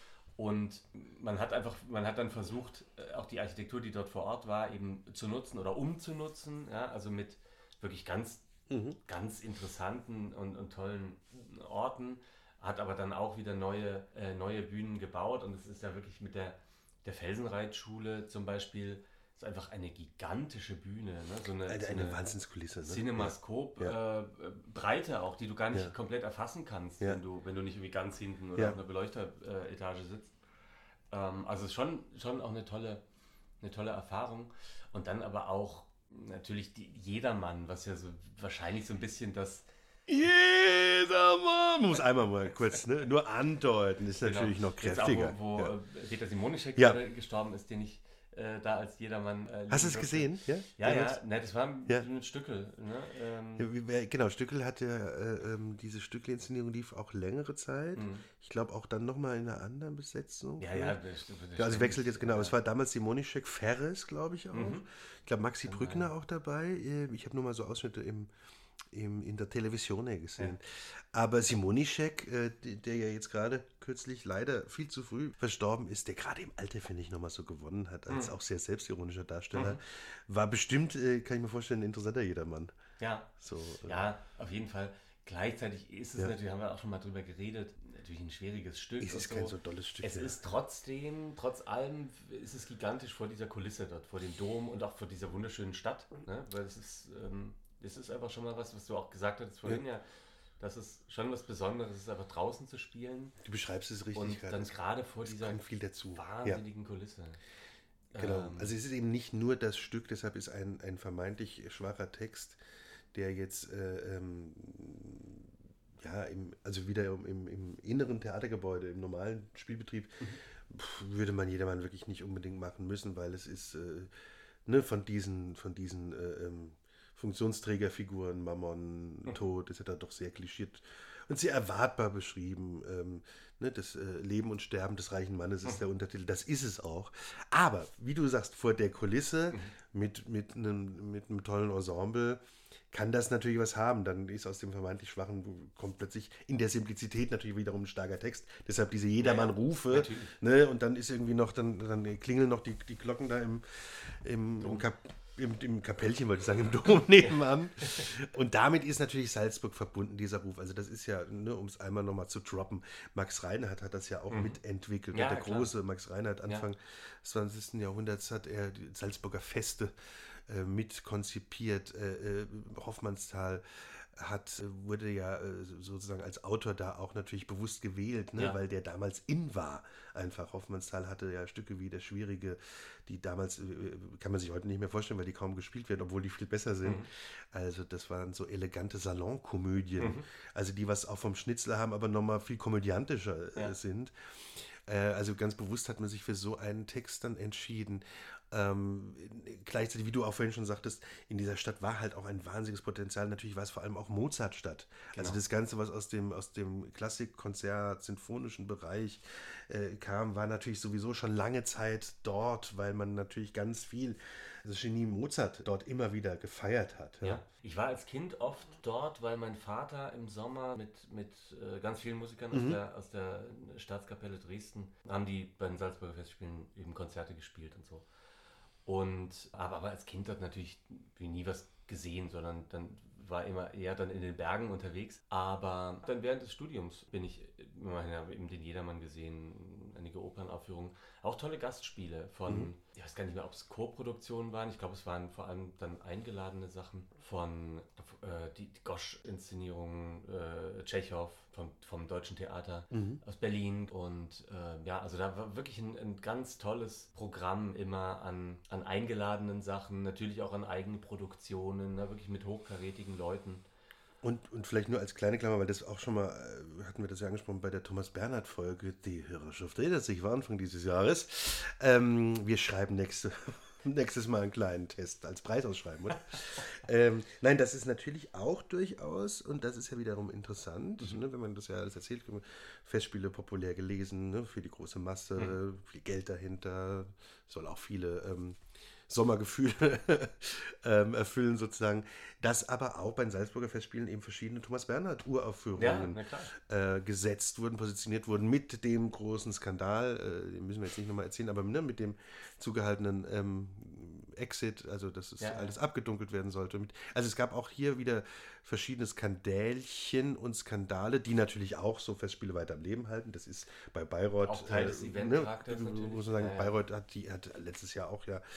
Und man hat einfach, man hat dann versucht, äh, auch die Architektur, die dort vor Ort war, eben zu nutzen oder umzunutzen, ja? Also mit wirklich ganz, Mhm. ganz interessanten und, und tollen Orten, hat aber dann auch wieder neue, äh, neue Bühnen gebaut und es ist ja wirklich mit der, der Felsenreitschule zum Beispiel, ist einfach eine gigantische Bühne, ne? So eine, Eine, so eine eine Wahnsinnskulisse. Ne? Cinemascope, Ja. äh, Breite auch, die du gar nicht Ja. komplett erfassen kannst, Ja. wenn du, wenn du nicht irgendwie ganz hinten oder Ja. auf einer Beleuchteretage sitzt. Ähm, also es ist schon, schon auch eine tolle, eine tolle Erfahrung. Und dann aber auch natürlich die Jedermann, was ja so wahrscheinlich so ein bisschen das Jedermann! Muss einmal mal kurz, ne? Nur andeuten, ist natürlich genau, noch jetzt kräftiger. Auch, wo wo ja. äh, Peter Simonischek Ja. gerade gestorben ist, den ich äh, da als Jedermann äh, Hast du lieben es durfte. gesehen? Ja, Ja, Damals? ja, ne, das war Ja. ein Stückel. Ne? Ähm, Ja, wie- wer- genau, Stückel hatte äh, ähm, diese Stückle-Inszenierung lief auch längere Zeit. Mhm. Ich glaube auch dann nochmal in einer anderen Besetzung. ja, ja, das, das Ja, also wechselt jetzt genau. ja. Es war damals Simonischek, Ferres, glaube ich auch. Mhm. Ich glaube Maxi Kann Brückner sein. auch dabei. Äh, Ich habe nur mal so Ausschnitte im, im, in der Television gesehen. Aber Simonischek, äh, d- der ja jetzt gerade kürzlich leider viel zu früh verstorben ist, der gerade im Alter, finde ich, nochmal so gewonnen hat, als Mhm. auch sehr selbstironischer Darsteller, Mhm. war bestimmt, äh, kann ich mir vorstellen, ein interessanter Jedermann. Ja, So, äh, ja, auf jeden Fall. Gleichzeitig ist es Ja. natürlich, haben wir auch schon mal drüber geredet, natürlich ein schwieriges Stück. Es ist und kein so dolles Stück. Es ja. ist trotzdem, trotz allem, ist es gigantisch vor dieser Kulisse dort, vor dem Dom und auch vor dieser wunderschönen Stadt. Ne? Weil es ist, ähm, es ist einfach schon mal was, was du auch gesagt hattest vorhin, ja. Das ist schon was Besonderes, es ist einfach draußen zu spielen Du beschreibst es richtig und gerade. dann Es- gerade vor es dieser kommt viel dazu. Ja. wahnsinnigen Kulisse. Genau. Ähm, Also es ist eben nicht nur das Stück, deshalb ist ein, ein vermeintlich schwacher Text, der jetzt äh, ähm, ja, im, also wieder im, im, im inneren Theatergebäude, im normalen Spielbetrieb, pf, würde man jedermann wirklich nicht unbedingt machen müssen, weil es ist äh, ne, von diesen, von diesen äh, ähm, Funktionsträgerfiguren, Mammon, Tod, et cetera doch sehr klischiert und sehr erwartbar beschrieben. Ähm, ne, das äh, Leben und Sterben des reichen Mannes ist der Untertitel, das ist es auch. Aber, wie du sagst, vor der Kulisse mit, mit, einem, mit einem tollen Ensemble kann das natürlich was haben. Dann ist aus dem vermeintlich Schwachen, kommt plötzlich in der Simplizität natürlich wiederum ein starker Text. Deshalb diese Jedermann-Rufe. natürlich. Ne, und dann ist irgendwie noch, dann, dann klingeln noch die, die Glocken da im, im, im, Kap, im, im Kapellchen, wollte ich sagen, im Dom nebenan. Und damit ist natürlich Salzburg verbunden, dieser Ruf. Also das ist ja, ne, um es einmal nochmal zu droppen, Max Reinhardt hat das ja auch mitentwickelt. Ja, der klar. große Max Reinhardt, Anfang des zwanzigsten Jahrhunderts, hat er die Salzburger Feste äh, mit konzipiert, äh, äh, Hoffmannsthal. hat, wurde ja sozusagen als Autor da auch natürlich bewusst gewählt, ne? Ja. Weil der damals in war. Einfach Hoffmannsthal hatte ja Stücke wie Der Schwierige, die damals, kann man sich heute nicht mehr vorstellen, weil die kaum gespielt werden, obwohl die viel besser sind. Mhm. Also das waren so elegante Salonkomödien, mhm. also die was auch vom Schnitzler haben, aber nochmal viel komödiantischer ja. sind. Äh, also ganz bewusst hat man sich für so einen Text dann entschieden. Ähm, gleichzeitig, wie du auch vorhin schon sagtest, in dieser Stadt war halt auch ein wahnsinniges Potenzial. Natürlich war es vor allem auch Mozartstadt. Genau. Also das Ganze, was aus dem, aus dem Klassik-, Konzert-, sinfonischen Bereich äh, kam, war natürlich sowieso schon lange Zeit dort, weil man natürlich ganz viel das Genie Mozart dort immer wieder gefeiert hat. Ja. Ja. Ich war als Kind oft dort, weil mein Vater im Sommer mit, mit äh, ganz vielen Musikern mhm. aus, der, aus der Staatskapelle Dresden haben die bei den Salzburger Festspielen eben Konzerte gespielt und so. Und, aber, aber als Kind hat natürlich nie was gesehen, sondern dann war immer eher dann in den Bergen unterwegs. Aber dann während des Studiums bin ich, immerhin habe eben den Jedermann gesehen, einige Opernaufführungen, auch tolle Gastspiele von, mhm. ich weiß gar nicht mehr, ob es Co-Produktionen waren, ich glaube es waren vor allem dann eingeladene Sachen von äh, die, die Gosch-Inszenierungen, äh, Tschechow vom, vom Deutschen Theater mhm. aus Berlin und äh, ja, also da war wirklich ein, ein ganz tolles Programm immer an, an eingeladenen Sachen, natürlich auch an eigenen Produktionen, ne, wirklich mit hochkarätigen Leuten. Und, und vielleicht nur als kleine Klammer, weil das auch schon mal, hatten wir das ja angesprochen bei der Thomas-Bernhard-Folge, die Hörerschaft redet sich, war Anfang dieses Jahres. Ähm, wir schreiben nächste, nächstes Mal einen kleinen Test als Preisausschreiben, oder? ähm, nein, das ist natürlich auch durchaus, und das ist ja wiederum interessant, mhm. ne, wenn man das ja alles erzählt, Festspiele populär gelesen, ne, für die große Masse, mhm. viel Geld dahinter, soll auch viele ähm, Sommergefühle ähm, erfüllen sozusagen, dass aber auch bei den Salzburger Festspielen eben verschiedene Thomas-Bernhard-Uraufführungen ja, äh, gesetzt wurden, positioniert wurden mit dem großen Skandal, äh, den müssen wir jetzt nicht nochmal erzählen, aber ne, mit dem zugehaltenen ähm, Exit, also dass es ja, alles ja. abgedunkelt werden sollte. Mit, also es gab auch hier wieder verschiedene Skandälchen und Skandale, die natürlich auch so Festspiele weiter am Leben halten. Das ist bei Bayreuth, auch Teil des äh, Event-Charakters ne, muss man sagen, ja, ja. Bayreuth hat, die, hat letztes Jahr auch ja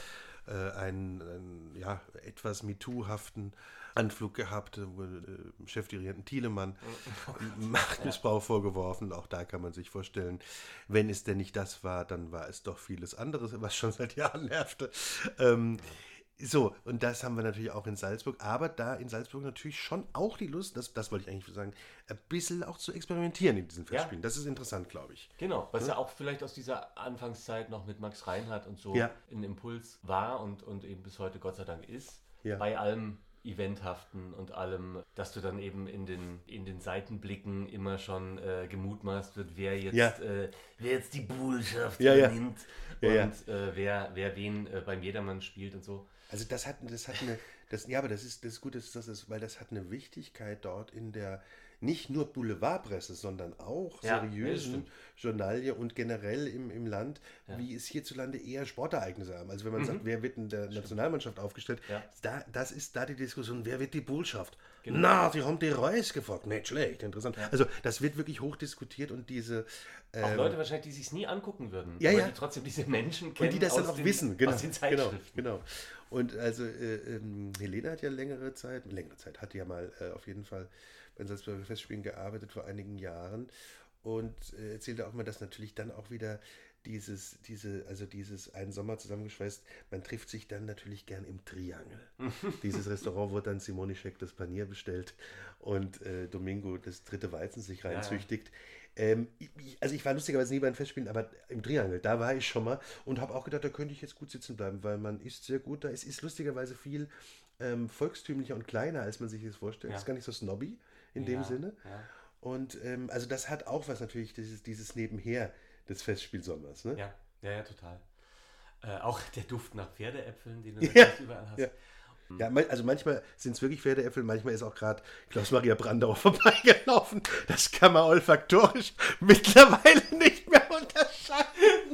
einen, einen ja, etwas MeToo-haften Anflug gehabt, wurde äh, Chefdirigenten Thielemann Machtmissbrauch ja. vorgeworfen. Auch da kann man sich vorstellen, wenn es denn nicht das war, dann war es doch vieles anderes, was schon seit Jahren nervte. Ähm, So, und das haben wir natürlich auch in Salzburg, aber da in Salzburg natürlich schon auch die Lust, das, das wollte ich eigentlich sagen, ein bisschen auch zu experimentieren in diesen Festspielen. Ja. Das ist interessant, glaube ich. Genau, was ja? ja auch vielleicht aus dieser Anfangszeit noch mit Max Reinhardt und so ja. ein Impuls war und, und eben bis heute Gott sei Dank ist. Ja. Bei allem Eventhaften und allem, dass du dann eben in den, in den Seitenblicken immer schon äh, gemutmaßt wird, wer jetzt, ja. äh, wer jetzt die Bullschaft ja, übernimmt ja. und ja, ja. Äh, wer, wer wen äh, beim Jedermann spielt und so. Also das hat, das hat eine, das, ja, aber das ist, das ist gut, dass das ist, weil das hat eine Wichtigkeit dort in der, nicht nur Boulevardpresse, sondern auch ja, seriösen Journalie und generell im, im Land, ja. wie es hierzulande eher Sportereignisse haben. Also wenn man mhm. sagt, wer wird in der Nationalmannschaft aufgestellt, ja. da, das ist da die Diskussion, wer wird die Bullschaft? Genau. Na, sie haben die Reus gefragt. Nicht schlecht, interessant. Ja. Also das wird wirklich hoch diskutiert und diese... Ähm, auch Leute wahrscheinlich, die sich es nie angucken würden, ja, aber ja. die trotzdem diese Menschen kennen. Und die das dann auch den, wissen, genau. aus den Zeitschriften. Genau, genau. Und also äh, ähm, Helene hat ja längere Zeit, längere Zeit, hat ja mal äh, auf jeden Fall bei den Salzburger Festspielen gearbeitet vor einigen Jahren und äh, erzählte auch mal, dass natürlich dann auch wieder dieses, diese, also dieses einen Sommer zusammengeschweißt, man trifft sich dann natürlich gern im Triangel. Dieses Restaurant, wo dann Simone Scheck das Panier bestellt und äh, Domingo das dritte Weizen sich reinzüchtigt. Ja, ja. Ähm, ich, also ich war lustigerweise nie bei den Festspielen, aber im Triangel, da war ich schon mal und habe auch gedacht, da könnte ich jetzt gut sitzen bleiben, weil man isst sehr gut da. Es ist lustigerweise viel ähm, volkstümlicher und kleiner, als man sich das vorstellt. Es ja. ist gar nicht so snobby in ja, dem Sinne. Ja. Und ähm, also das hat auch was natürlich, dieses, dieses Nebenher des Festspielsommers. Ne? Ja, ja, ja, total. Äh, auch der Duft nach Pferdeäpfeln, den du ja. natürlich überall hast. Ja. Ja, also manchmal sind es wirklich Pferdeäpfel, manchmal ist auch gerade Klaus-Maria Brandauer vorbeigelaufen. Das kann man olfaktorisch mittlerweile nicht mehr unterscheiden.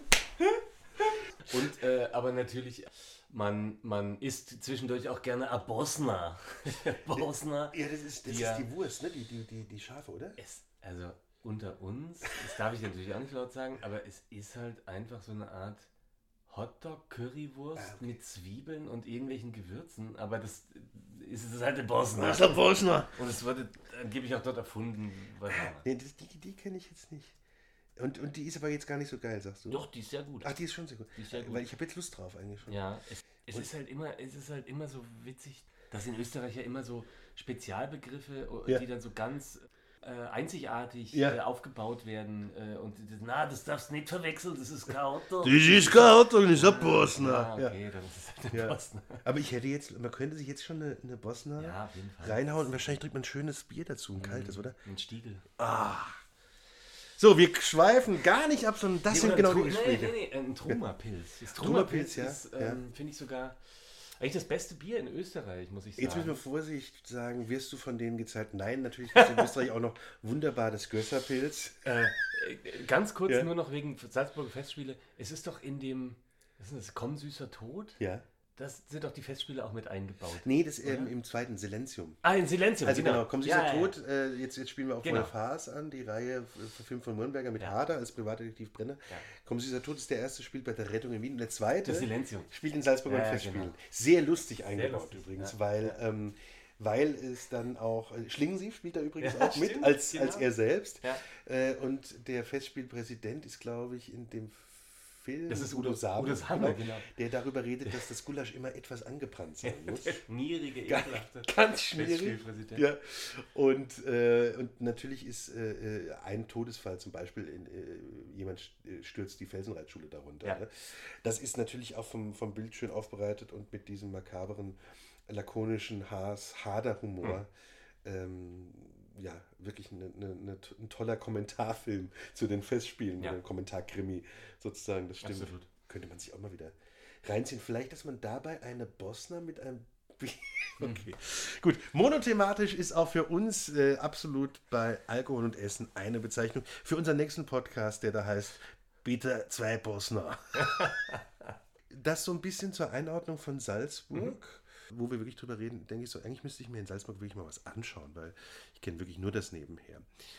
Und, äh, aber natürlich, man, man isst zwischendurch auch gerne a Bosna. Bosna. Ja, das ist, das die, ist die Wurst, ne? Die, die, die, die Schafe, oder? Es, also unter uns, das darf ich natürlich auch nicht laut sagen, aber es ist halt einfach so eine Art Hotdog, Currywurst Ah, okay. mit Zwiebeln und irgendwelchen Gewürzen, aber das ist, es ist halt in Bosnien. Das ist der Bosner. Und es wurde angeblich auch dort erfunden. Was auch immer. Nee, das, die die kenne ich jetzt nicht. Und, und die ist aber jetzt gar nicht so geil, sagst du? Doch, die ist sehr gut. Ach, die ist schon sehr gut. Die ist sehr gut. Weil ich habe jetzt Lust drauf eigentlich schon. Ja, es, es ist halt immer, es ist halt immer so witzig, dass in Österreich ja immer so Spezialbegriffe, Ja. die dann so ganz äh, einzigartig Ja. äh, aufgebaut werden äh, und das, na, das darfst du nicht verwechseln, das ist kein Auto. Das ist kein Auto, das ist ein Bosner. Ja, Ja. okay, dann ist es halt ein Ja. Bosner. Aber ich hätte jetzt, man könnte sich jetzt schon eine, eine Bosner Ja, auf jeden Fall. reinhauen und wahrscheinlich trinkt man ein schönes Bier dazu, ein kaltes, oder? Ein Stiegel. So, wir schweifen gar nicht ab, sondern das Nee, sind oder genau ein die Tru- Gespräche. Nee, nee, nee, ein Truma-Pilz. Das Truma-Pilz, Truma-Pilz ja, ist, ja. ähm, finde ich sogar, eigentlich das beste Bier in Österreich, muss ich sagen. Jetzt müssen wir Vorsicht sagen, wirst du von denen gezeigt? Nein, natürlich gibt es in Österreich auch noch wunderbar das Gösserpilz. Äh, äh, ganz kurz Ja. nur noch wegen Salzburger Festspiele. Es ist doch in dem, was ist das, Komm süßer Tod? Ja. Das sind doch die Festspiele auch mit eingebaut. Nee, das ähm, im zweiten Silenzium. Ah, in Silenzium, Also genau, kommt dieser Ja, ja, ja. Tod, äh, jetzt, jetzt spielen wir auch Genau. Volle Farce an, die Reihe äh, verfilmt von Nürnberger mit Ja. Hader als Privatdetektiv Brenner. Ja. Kommt dieser Tod ist der erste, spielt bei der Rettung in Wien. Und der zweite Das Silenzium. spielt in Salzburg Ja, und ja, Festspielen. genau. Sehr lustig eingebaut lustig, übrigens, ja. weil, ähm, weil es dann auch, äh, Schlingensief spielt da übrigens Ja, auch mit, stimmt, als, genau. als er selbst. Ja. Äh, und der Festspielpräsident ist, glaube ich, in dem Film Das ist Udo Udo- Saber, Udo Saber, genau. der darüber redet, dass das Gulasch immer etwas angebrannt sein muss. Der schmierige, Ganz, ekelhafte ganz schwierig. Festspielpräsident. Ja. Und, äh, und natürlich ist äh, ein Todesfall zum Beispiel, in, äh, jemand st- stürzt die Felsenreitschule darunter. Ja. Ne? Das ist natürlich auch vom, vom Bild schön aufbereitet und mit diesem makaberen, lakonischen Haas-Hader-Humor. Ähm, ja, wirklich eine, eine, eine, ein toller Kommentarfilm zu den Festspielen, Ja. oder ein Kommentarkrimi sozusagen, das stimmt. Absolut. Könnte man sich auch mal wieder reinziehen. Vielleicht, dass man dabei eine Bosner mit einem Bier. Okay. Gut, monothematisch ist auch für uns äh, absolut bei Alkohol und Essen eine Bezeichnung. Für unseren nächsten Podcast, der da heißt Bitte zwei Bosner. Das so ein bisschen zur Einordnung von Salzburg, wo wir wirklich drüber reden, denke ich so, eigentlich müsste ich mir in Salzburg wirklich mal was anschauen, weil ich kenne wirklich nur das nebenher.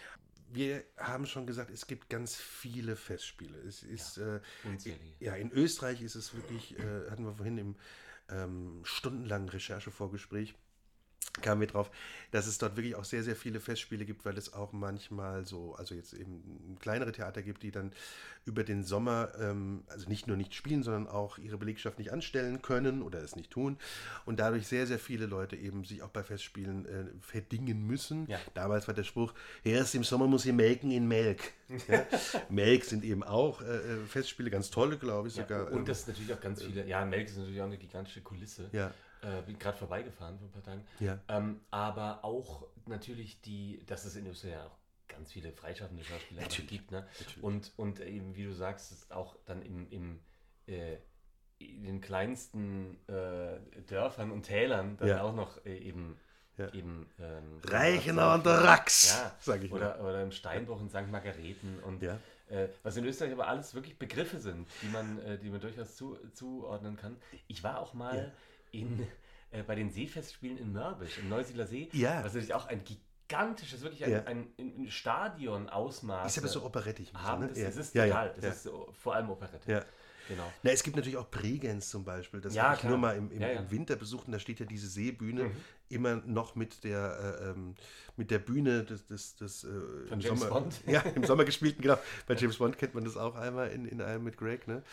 Wir haben schon gesagt, es gibt ganz viele Festspiele. Es ist, äh, Unzählige. ja, in Österreich ist es wirklich, äh, hatten wir vorhin im ähm, stundenlangen Recherchevorgespräch, kamen wir drauf, dass es dort wirklich auch sehr, sehr viele Festspiele gibt, weil es auch manchmal so, also jetzt eben kleinere Theater gibt, die dann über den Sommer, ähm, also nicht nur nicht spielen, sondern auch ihre Belegschaft nicht anstellen können oder es nicht tun und dadurch sehr, sehr viele Leute eben sich auch bei Festspielen äh, verdingen müssen. Ja. Damals war der Spruch, erst im Sommer muss ich melken in Melk. Ja? Melk sind eben auch äh, Festspiele, ganz tolle, glaube ich Ja, sogar. und ähm, das ist natürlich auch ganz viele, ja, Melk ist natürlich auch eine gigantische Kulisse. Ja. Äh, bin gerade vorbeigefahren vor ein paar Tagen. Ja. Ähm, aber auch natürlich die, dass es in Österreich ja auch ganz viele freischaffende Schauspieler Natürlich. gibt. Ne? Natürlich. Und, und eben, wie du sagst, ist auch dann im, im, äh, in den kleinsten äh, Dörfern und Tälern dann Ja. auch noch äh, eben, Ja. eben ähm, Reichenau an der Rax, ja, sag ich mal. oder, oder im Steinbruch in Sankt Margareten und Ja. äh, was in Österreich aber alles wirklich Begriffe sind, die man, äh, die man durchaus zu, zuordnen kann. Ich war auch mal Ja. in, äh, bei den Seefestspielen in Mörbisch, im Neusiedler See, Ja. was natürlich auch ein gigantisches, wirklich ein, Ja. ein, ein, ein Stadion-Ausmaß Ist aber so operettig. ein haben. bisschen, Das, ne? das ist ja, total, ja, das ja. ist so, vor allem Operette. Ja. Genau. Na, es gibt natürlich auch Bregenz zum Beispiel. Das Ja, habe ich klar. nur mal im, im, Ja, ja. im Winter besucht und da steht ja diese Seebühne Mhm. immer noch mit der, äh, ähm, mit der Bühne des, des, des äh, im James Sommer, Bond. Ja, im Sommer gespielten, genau. Bei James Bond kennt man das auch einmal in, in einem mit Greg, ne?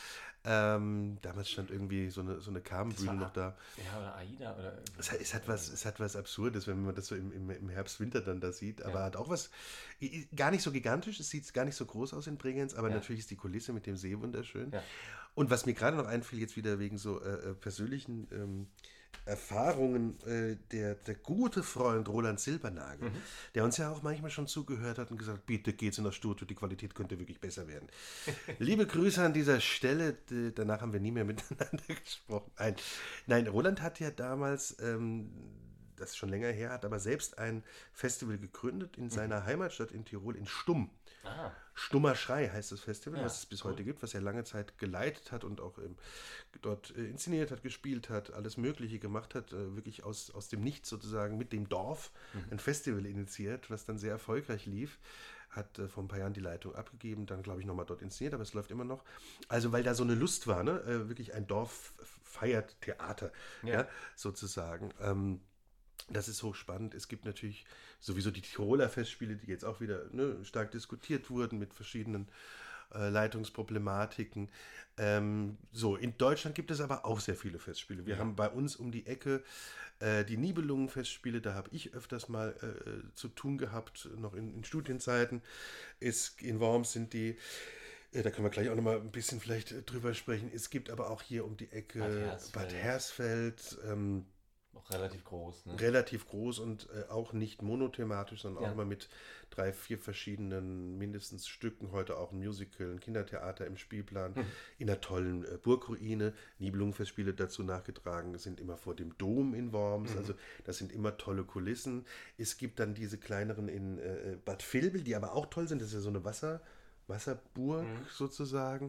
Ähm, damals stand irgendwie so eine, so eine Kamenbühne war- noch da. Ja, oder AIDA oder. Es hat, es, hat was, es hat was Absurdes, wenn man das so im, im, im Herbst, Winter dann da sieht, aber Ja. hat auch was, i- i- gar nicht so gigantisch, es sieht gar nicht so groß aus in Bregenz, aber Ja. natürlich ist die Kulisse mit dem See wunderschön. Ja. Und was mir gerade noch einfiel, jetzt wieder wegen so äh, äh, persönlichen ähm, Erfahrungen, äh, der, der gute Freund Roland Silbernagel, Mhm. der uns ja auch manchmal schon zugehört hat und gesagt, bitte geht's in das Studio, die Qualität könnte wirklich besser werden. Liebe Grüße an dieser Stelle, d- danach haben wir nie mehr miteinander gesprochen. Nein, nein Roland hat ja damals, ähm, das ist schon länger her, hat aber selbst ein Festival gegründet in seiner mhm. Heimatstadt in Tirol, in Stumm. Ah. Stummer Schrei heißt das Festival, ja, was es bis cool. heute gibt, was er lange Zeit geleitet hat und auch ähm, dort äh, inszeniert hat, gespielt hat, alles Mögliche gemacht hat, äh, wirklich aus, aus dem Nichts sozusagen mit dem Dorf mhm. ein Festival initiiert, was dann sehr erfolgreich lief. Hat äh, vor ein paar Jahren die Leitung abgegeben, dann glaube ich nochmal dort inszeniert, aber es läuft immer noch. Also weil da so eine Lust war, ne? Äh, wirklich ein Dorf feiert Theater, ja. ja, sozusagen. Ähm, Das ist hochspannend. Es gibt natürlich sowieso die Tiroler Festspiele, die jetzt auch wieder ne, stark diskutiert wurden mit verschiedenen äh, Leitungsproblematiken. Ähm, so, in Deutschland gibt es aber auch sehr viele Festspiele. Wir ja. haben bei uns um die Ecke äh, die Nibelungen-Festspiele, da habe ich öfters mal äh, zu tun gehabt, noch in, in Studienzeiten. Ist, in Worms sind die, äh, da können wir gleich auch nochmal ein bisschen vielleicht äh, drüber sprechen. Es gibt aber auch hier um die Ecke Bad Hersfeld. Bad Hersfeld ähm, Auch relativ groß, ne? Relativ groß und äh, auch nicht monothematisch, sondern ja. auch immer mit drei, vier verschiedenen mindestens Stücken. Heute auch ein Musical, ein Kindertheater im Spielplan, hm. in einer tollen äh, Burgruine. Nibelungenfestspiele dazu nachgetragen, sind immer vor dem Dom in Worms. Hm. Also das sind immer tolle Kulissen. Es gibt dann diese kleineren in äh, Bad Vilbel, die aber auch toll sind. Das ist ja so eine Wasser, Wasserburg hm. sozusagen.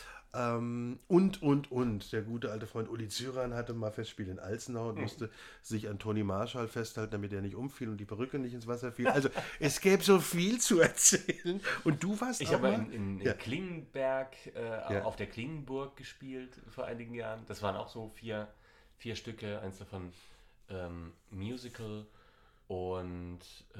Ähm, und, und, und. Der gute alte Freund Uli Züran hatte mal Festspiele in Alzenau und mhm. musste sich an Toni Marschall festhalten, damit er nicht umfiel und die Perücke nicht ins Wasser fiel. Also es gäbe so viel zu erzählen. Und du warst ich auch mal... Ich habe in, in, in ja. Klingenberg äh, ja. auf der Klingenburg gespielt vor einigen Jahren. Das waren auch so vier, vier Stücke, eins davon ähm, Musical. Und äh,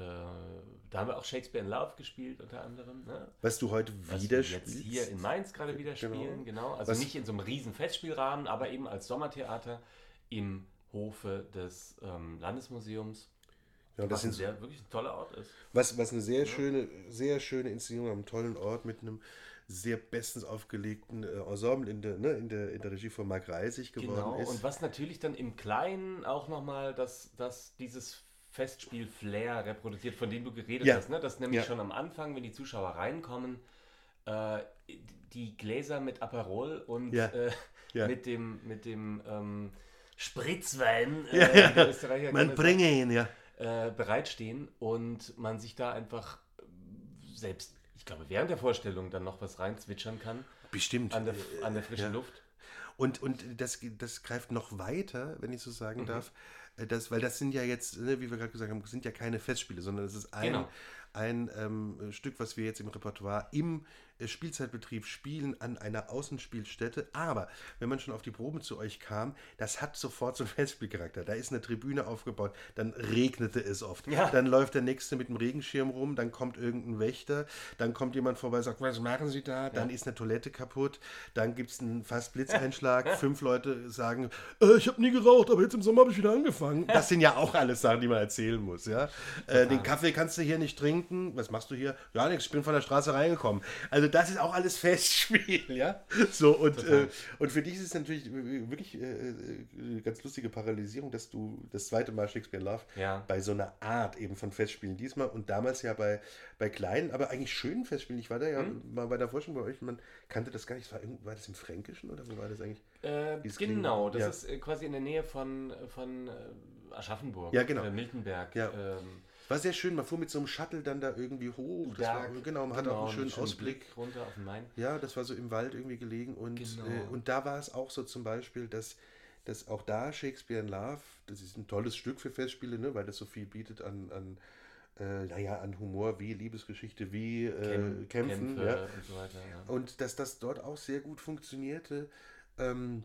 da haben wir auch Shakespeare in Love gespielt, unter anderem. Ne? Was du heute Was wieder wir spielst. Jetzt hier in Mainz gerade wieder genau. spielen, genau. Also Was? Nicht in so einem riesen Festspielrahmen, aber eben als Sommertheater im Hofe des ähm, Landesmuseums. Ja, das was sind ein sehr, wirklich ein toller Ort ist. Was, was eine sehr ja. schöne, sehr schöne Inszenierung am tollen Ort mit einem sehr bestens aufgelegten äh, Ensemble in der, ne, in, der, in der Regie von Marc Reisig geworden genau. ist. Und was natürlich dann im Kleinen auch nochmal, dass, dass dieses Festspiel-Flair reproduziert, von dem du geredet ja. hast. Ne? Das nämlich ja. schon am Anfang, wenn die Zuschauer reinkommen, äh, die Gläser mit Aperol und ja. Äh, ja. mit dem, mit dem ähm, Spritzwein, äh, ja, ja. Österreicher man bringe ihn, ja. Äh, bereitstehen und man sich da einfach selbst, ich glaube, während der Vorstellung dann noch was reinzwitschern kann. Bestimmt. An der, an der frischen ja. Luft. Und, und das, das greift noch weiter, wenn ich so sagen mhm. darf, das, weil das sind ja jetzt, ne, wie wir gerade gesagt haben, sind ja keine Festspiele, sondern es ist ein, genau. ein ähm, Stück, was wir jetzt im Repertoire im äh, Spielzeitbetrieb spielen an einer Außenspielstätte. Aber wenn man schon auf die Probe zu euch kam, das hat sofort so einen Festspielcharakter. Da ist eine Tribüne aufgebaut, dann regnete es oft. Ja. Dann läuft der Nächste mit dem Regenschirm rum, dann kommt irgendein Wächter, dann kommt jemand vorbei und sagt, was machen Sie da? Ja. Dann ist eine Toilette kaputt, dann gibt es einen fast Blitzeinschlag, ja. fünf Leute sagen, äh, ich habe nie geraucht, aber jetzt im Sommer habe ich wieder angefangen. Das sind ja auch alles Sachen, die man erzählen muss. Ja? Äh, den Kaffee kannst du hier nicht trinken. Was machst du hier? Ja, nichts, ich bin von der Straße reingekommen. Also das ist auch alles Festspiel. Ja? So, und, äh, und für dich ist es natürlich wirklich äh, eine ganz lustige Paralysierung, dass du das zweite Mal Shakespeare in Love ja. bei so einer Art eben von Festspielen diesmal und damals ja bei, bei kleinen, aber eigentlich schönen Festspielen. Ich war da ja hm? mal bei der Forschung bei euch, man kannte das gar nicht. War, war das im Fränkischen oder wo war das eigentlich? Äh, genau, das ja. ist äh, quasi in der Nähe von, von äh, Aschaffenburg, ja, genau. oder Miltenberg. Ja. Ähm, war sehr schön, man fuhr mit so einem Shuttle dann da irgendwie hoch. Das Berg, war, genau, man genau, hatte auch einen schönen Ausblick. Blick runter auf den Main. Ja, das war so im Wald irgendwie gelegen. Und, genau. äh, und da war es auch so zum Beispiel, dass, dass auch da Shakespeare in Love, das ist ein tolles Stück für Festspiele, ne, weil das so viel bietet an, an Äh, naja, an Humor wie Liebesgeschichte, wie äh, Kämpfen. Kämpfe ja. und so weiter. Ja. Und dass das dort auch sehr gut funktionierte, ähm,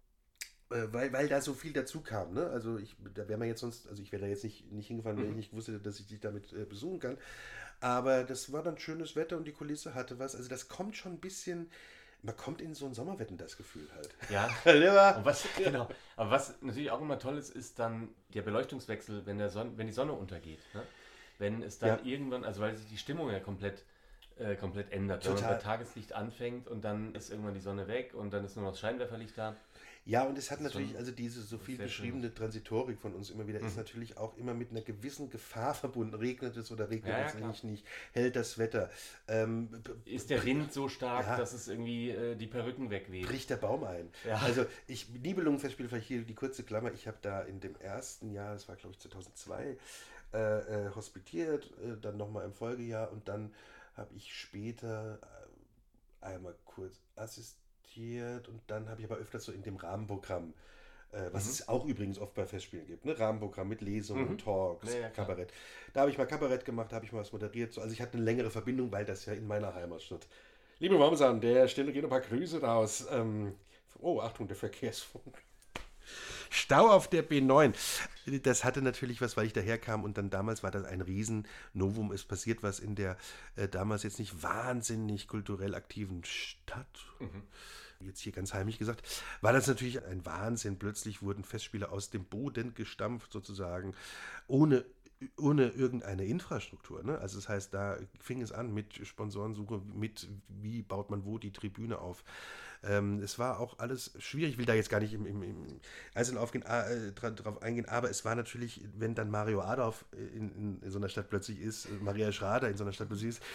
äh, weil, weil da so viel dazu kam. Ne? Also ich, da wäre man jetzt sonst, also ich wäre da jetzt nicht, nicht hingefahren, mhm. wenn ich nicht wusste, dass ich dich damit äh, besuchen kann. Aber das war dann schönes Wetter und die Kulisse hatte was. Also das kommt schon ein bisschen. Man kommt in so ein Sommerwetten das Gefühl halt. Ja, und was, genau. Aber was natürlich auch immer toll ist, ist dann der Beleuchtungswechsel, wenn, der Son- wenn die Sonne untergeht. Ne? Wenn es dann ja. irgendwann, also weil sich die Stimmung ja komplett, äh, komplett ändert. Total. Wenn man bei Tageslicht anfängt und dann ist irgendwann die Sonne weg und dann ist nur noch das Scheinwerferlicht da. Ja, und es hat Das ist natürlich, schon also diese so viel sehr schön. beschriebene Transitorik von uns immer wieder, ist Mhm. natürlich auch immer mit einer gewissen Gefahr verbunden. Regnet es oder regnet Ja, ja, es klar. nicht, nicht, hält das Wetter, ähm, b- b- Ist der Wind so stark, Ja. dass es irgendwie äh, die Perücken wegweht? bricht der Baum ein. Ja. Also ich, Nibelungenfestspiel, vielleicht hier die kurze Klammer, ich habe da in dem ersten Jahr, das war glaube ich zweitausendzwei, äh, äh, hospitiert, äh, dann nochmal im Folgejahr und dann habe ich später äh, einmal kurz assistiert und dann habe ich aber öfters so in dem Rahmenprogramm, äh, was Mhm. es auch übrigens oft bei Festspielen gibt, ne? Rahmenprogramm mit Lesungen, Mhm. Talks, Ja, ja, klar. Kabarett. Da habe ich mal Kabarett gemacht, da habe ich mal was moderiert. So. Also ich hatte eine längere Verbindung, weil das ja in meiner Heimatstadt. Liebe Mamsan, der Stelle gehen ein paar Grüße raus. Ähm, oh, Achtung, der Verkehrsfunk. Stau auf der B neun. Das hatte natürlich was, weil ich daherkam und dann damals war das ein Riesen-Novum. Es passiert was in der äh, damals jetzt nicht wahnsinnig kulturell aktiven Stadt. Mhm. Jetzt hier ganz heimlich gesagt, war das natürlich ein Wahnsinn. Plötzlich wurden Festspiele aus dem Boden gestampft sozusagen, ohne ohne irgendeine Infrastruktur. Ne? Also das heißt, da fing es an mit Sponsorensuche, mit wie baut man wo die Tribüne auf. Ähm, es war auch alles schwierig, ich will da jetzt gar nicht im, im, im Einzelnen aufgehen, äh, dra- drauf eingehen, aber es war natürlich, wenn dann Mario Adorf in, in, in so einer Stadt plötzlich ist, äh, Maria Schrader in so einer Stadt plötzlich ist,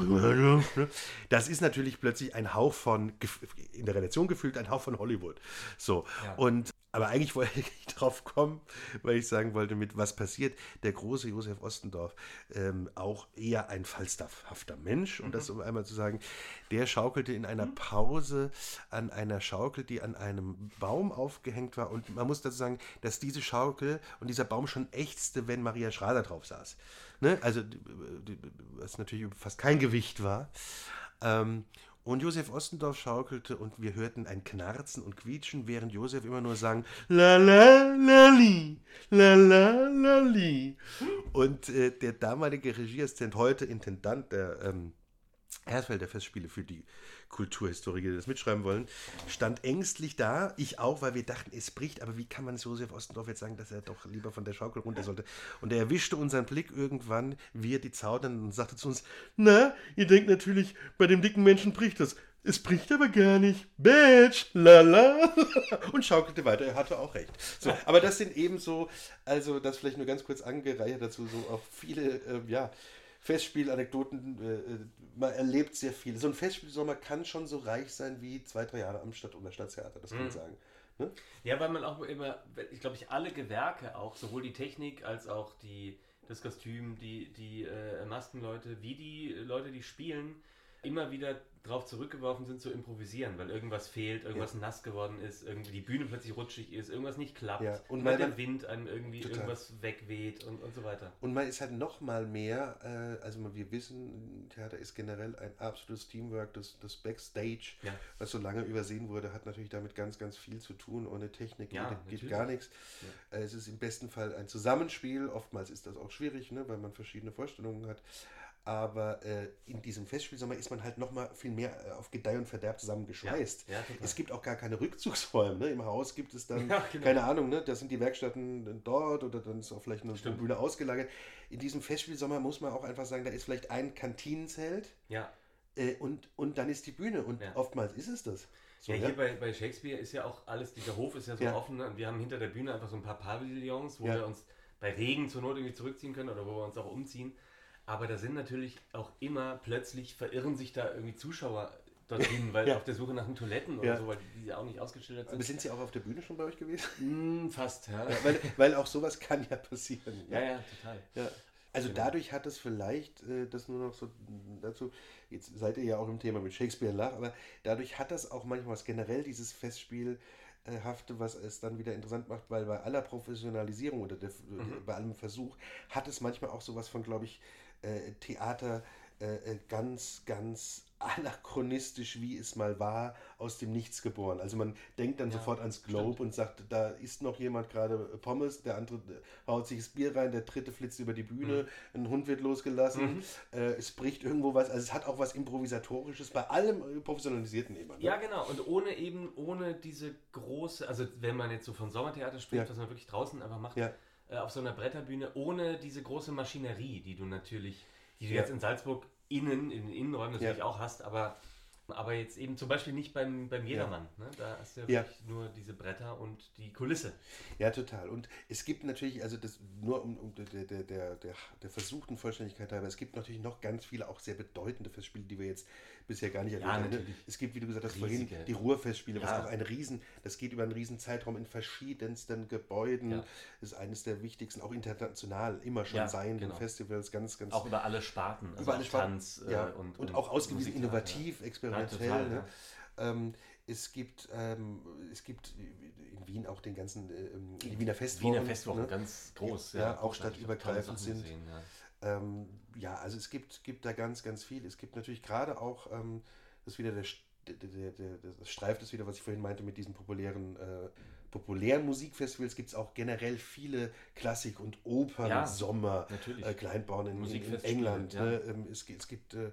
das ist natürlich plötzlich ein Hauch von, gef- in der Relation gefühlt, ein Hauch von Hollywood. So, Ja. und aber eigentlich wollte ich drauf kommen, weil ich sagen wollte, mit was passiert. Der große Josef Ostendorf, ähm, auch eher ein falstaffhafter Mensch, um das um einmal zu sagen, der schaukelte in einer Pause an einer Schaukel, die an einem Baum aufgehängt war. Und man muss dazu sagen, dass diese Schaukel und dieser Baum schon ächzte, wenn Maria Schrader drauf saß. Ne? Also, die- die- was natürlich fast kein Gewicht war. Ähm, und Josef Ostendorf schaukelte und wir hörten ein Knarzen und Quietschen, während Josef immer nur sang, la la la li, la la la li. Und äh, der damalige Regieassistent, heute Intendant der ähm, Hersfelder Festspiele für die Kulturhistoriker, die das mitschreiben wollen, stand ängstlich da, ich auch, weil wir dachten, es bricht, aber wie kann man es Josef Ostendorf jetzt sagen, dass er doch lieber von der Schaukel runter sollte? Und er erwischte unseren Blick irgendwann, wir die Zaudernden, und sagte zu uns, na, ihr denkt natürlich, bei dem dicken Menschen bricht es. Es bricht aber gar nicht. Bitch, lala. Und schaukelte weiter. Er hatte auch recht. So, aber das sind eben so, also das vielleicht nur ganz kurz angereichert dazu, so auch viele, äh, ja, Festspielanekdoten, äh, man erlebt sehr viel. So ein Festspielsommer kann schon so reich sein wie zwei, drei Jahre am Stadt- oder Stadttheater, das kann man Mhm. sagen. Ne? Ja, weil man auch immer, ich glaube, ich alle Gewerke auch, sowohl die Technik als auch die, das Kostüm, die, die äh, Maskenleute, wie die Leute, die spielen, immer wieder drauf zurückgeworfen sind zu improvisieren, weil irgendwas fehlt, irgendwas Ja. nass geworden ist, irgendwie die Bühne plötzlich rutschig ist, irgendwas nicht klappt, Ja, und immer weil der man- Wind einem irgendwie Total. irgendwas wegweht und, und so weiter. Und man ist halt noch mal mehr, äh, also wir wissen, Theater ist generell ein absolutes Teamwork, das, das Backstage, Ja. was so lange übersehen wurde, hat natürlich damit ganz, ganz viel zu tun. Ohne Technik Ja, geht, geht natürlich. gar nichts. Äh, Es ist im besten Fall ein Zusammenspiel, oftmals ist das auch schwierig, ne, weil man verschiedene Vorstellungen hat. Aber äh, in diesem Festspielsommer ist man halt noch mal viel mehr äh, auf Gedeih und Verderb zusammengeschweißt. Ja, ja, total. Es gibt auch gar keine Rückzugsräume. Ne? Im Haus gibt es dann, Ja, genau. keine Ahnung, ne? Da sind die Werkstätten dort oder dann ist auch vielleicht eine Stimmt. Bühne ausgelagert. In diesem Festspielsommer muss man auch einfach sagen, da ist vielleicht ein Kantinenzelt Ja. äh, und, und dann ist die Bühne. Und Ja. oftmals ist es das. So, Ja, ja? hier bei, bei Shakespeare ist ja auch alles, dieser Hof ist ja so Ja. offen, ne? Und wir haben hinter der Bühne einfach so ein paar Pavillons, wo Ja. wir uns bei Regen zur Not irgendwie zurückziehen können oder wo wir uns auch umziehen. Aber da sind natürlich auch immer plötzlich verirren sich da irgendwie Zuschauer dorthin, weil Ja. auf der Suche nach den Toiletten oder Ja. so, weil die ja auch nicht ausgeschildert Aber sind. sind Sie auch auf der Bühne schon bei euch gewesen? Hm, fast, ja. Ja, weil, weil auch sowas kann ja passieren. Ja, ja, total. Ja. Also Genau. dadurch hat es vielleicht, äh, das nur noch so dazu, jetzt seid ihr ja auch im Thema mit Shakespeare lach, aber dadurch hat das auch manchmal was generell dieses Festspiel äh, hafte, was es dann wieder interessant macht, weil bei aller Professionalisierung oder der, Mhm. bei allem Versuch hat es manchmal auch sowas von, glaube ich, äh, Theater äh, äh, ganz, ganz anachronistisch, wie es mal war, aus dem Nichts geboren. Also man denkt dann Ja, sofort ans Globe und sagt, da isst noch jemand gerade Pommes, der andere haut sich das Bier rein, der dritte flitzt über die Bühne, ein Hund wird losgelassen, Mhm. äh, es bricht irgendwo was. Also es hat auch was Improvisatorisches bei allem äh, Professionalisierten immer. Ne? Ja, genau. Und ohne eben, ohne diese große, also wenn man jetzt so von Sommertheater spricht, Ja. was man wirklich draußen einfach macht, Ja. äh, auf so einer Bretterbühne, ohne diese große Maschinerie, die du natürlich, die du Ja. jetzt in Salzburg innen, in den Innenräumen natürlich Ja. auch hast, aber aber jetzt eben zum Beispiel nicht beim, beim Jedermann. Ja. Ne? Da hast du ja, ja wirklich nur diese Bretter und die Kulisse. Ja, total. Und es gibt natürlich, also das nur um, um der, der, der, der, der versuchten Vollständigkeit halber, es gibt natürlich noch ganz viele auch sehr bedeutende Festspiele, die wir jetzt bisher gar nicht erwähnt ja, haben. Ne? Es gibt, wie du gesagt hast, Riesige. vorhin die Ruhrfestspiele, ja. was auch ein Riesen, das geht über einen riesen Zeitraum in verschiedensten Gebäuden. Ja. Das ist eines der wichtigsten, auch international immer schon ja, seienden genau. Festivals, ganz, ganz. Auch über alle Sparten, also über alle Sparten, Tanz ja. äh, und, und, und auch ausgewiesen innovativ, ja. experimentell. Ja, total, ne? ja. ähm, es gibt, ähm, es gibt in Wien auch den ganzen ähm, die Wiener Festwochen. Wiener Festwochen, ne? Ganz groß. Ja, ja, auch stadtübergreifend sind. Sehen, ja. Ähm, ja, also es gibt, gibt da ganz, ganz viel. Es gibt natürlich gerade auch, ähm, das ist wieder der, der, der, der das streift es wieder, was ich vorhin meinte mit diesen populären, äh, populären Musikfestivals, gibt es auch generell viele Klassik- und Opern-Sommer, ja, äh, Kleinbauern in, in, in England. Ja. Ne? Ähm, es, es gibt äh,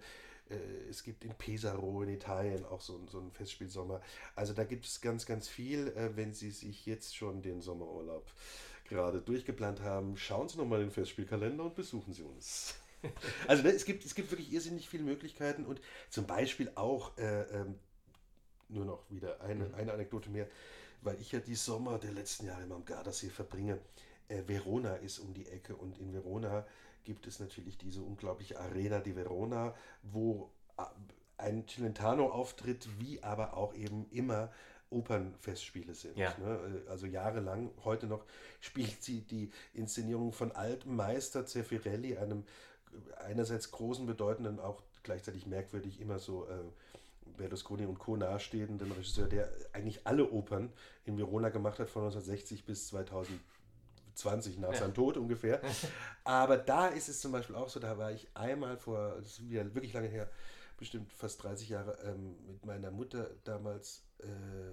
Es gibt in Pesaro in Italien auch so, so einen Festspielsommer. Also da gibt es ganz, ganz viel. Äh, wenn Sie sich jetzt schon den Sommerurlaub gerade durchgeplant haben, schauen Sie nochmal in den Festspielkalender und besuchen Sie uns. Also ne, es, gibt, es gibt wirklich irrsinnig viele Möglichkeiten und zum Beispiel auch, äh, ähm, nur noch wieder eine, mhm. eine Anekdote mehr, weil ich ja die Sommer der letzten Jahre immer am Gardasee verbringe. Äh, Verona ist um die Ecke und in Verona gibt es natürlich diese unglaubliche Arena di Verona, wo ein Celentano auftritt, wie aber auch eben immer Opernfestspiele sind. Ja. Ne? Also jahrelang, heute noch, spielt sie die Inszenierung von altem Meister Zeffirelli, einem einerseits großen, bedeutenden, auch gleichzeitig merkwürdig immer so äh, Berlusconi und Co. nahestehenden Regisseur, der eigentlich alle Opern in Verona gemacht hat, von neunzehnhundertsechzig bis zweitausendzwanzig nach ja. seinem Tod ungefähr. Aber da ist es zum Beispiel auch so, da war ich einmal vor, das ist wieder wirklich lange her, bestimmt fast dreißig Jahre, ähm, mit meiner Mutter damals äh,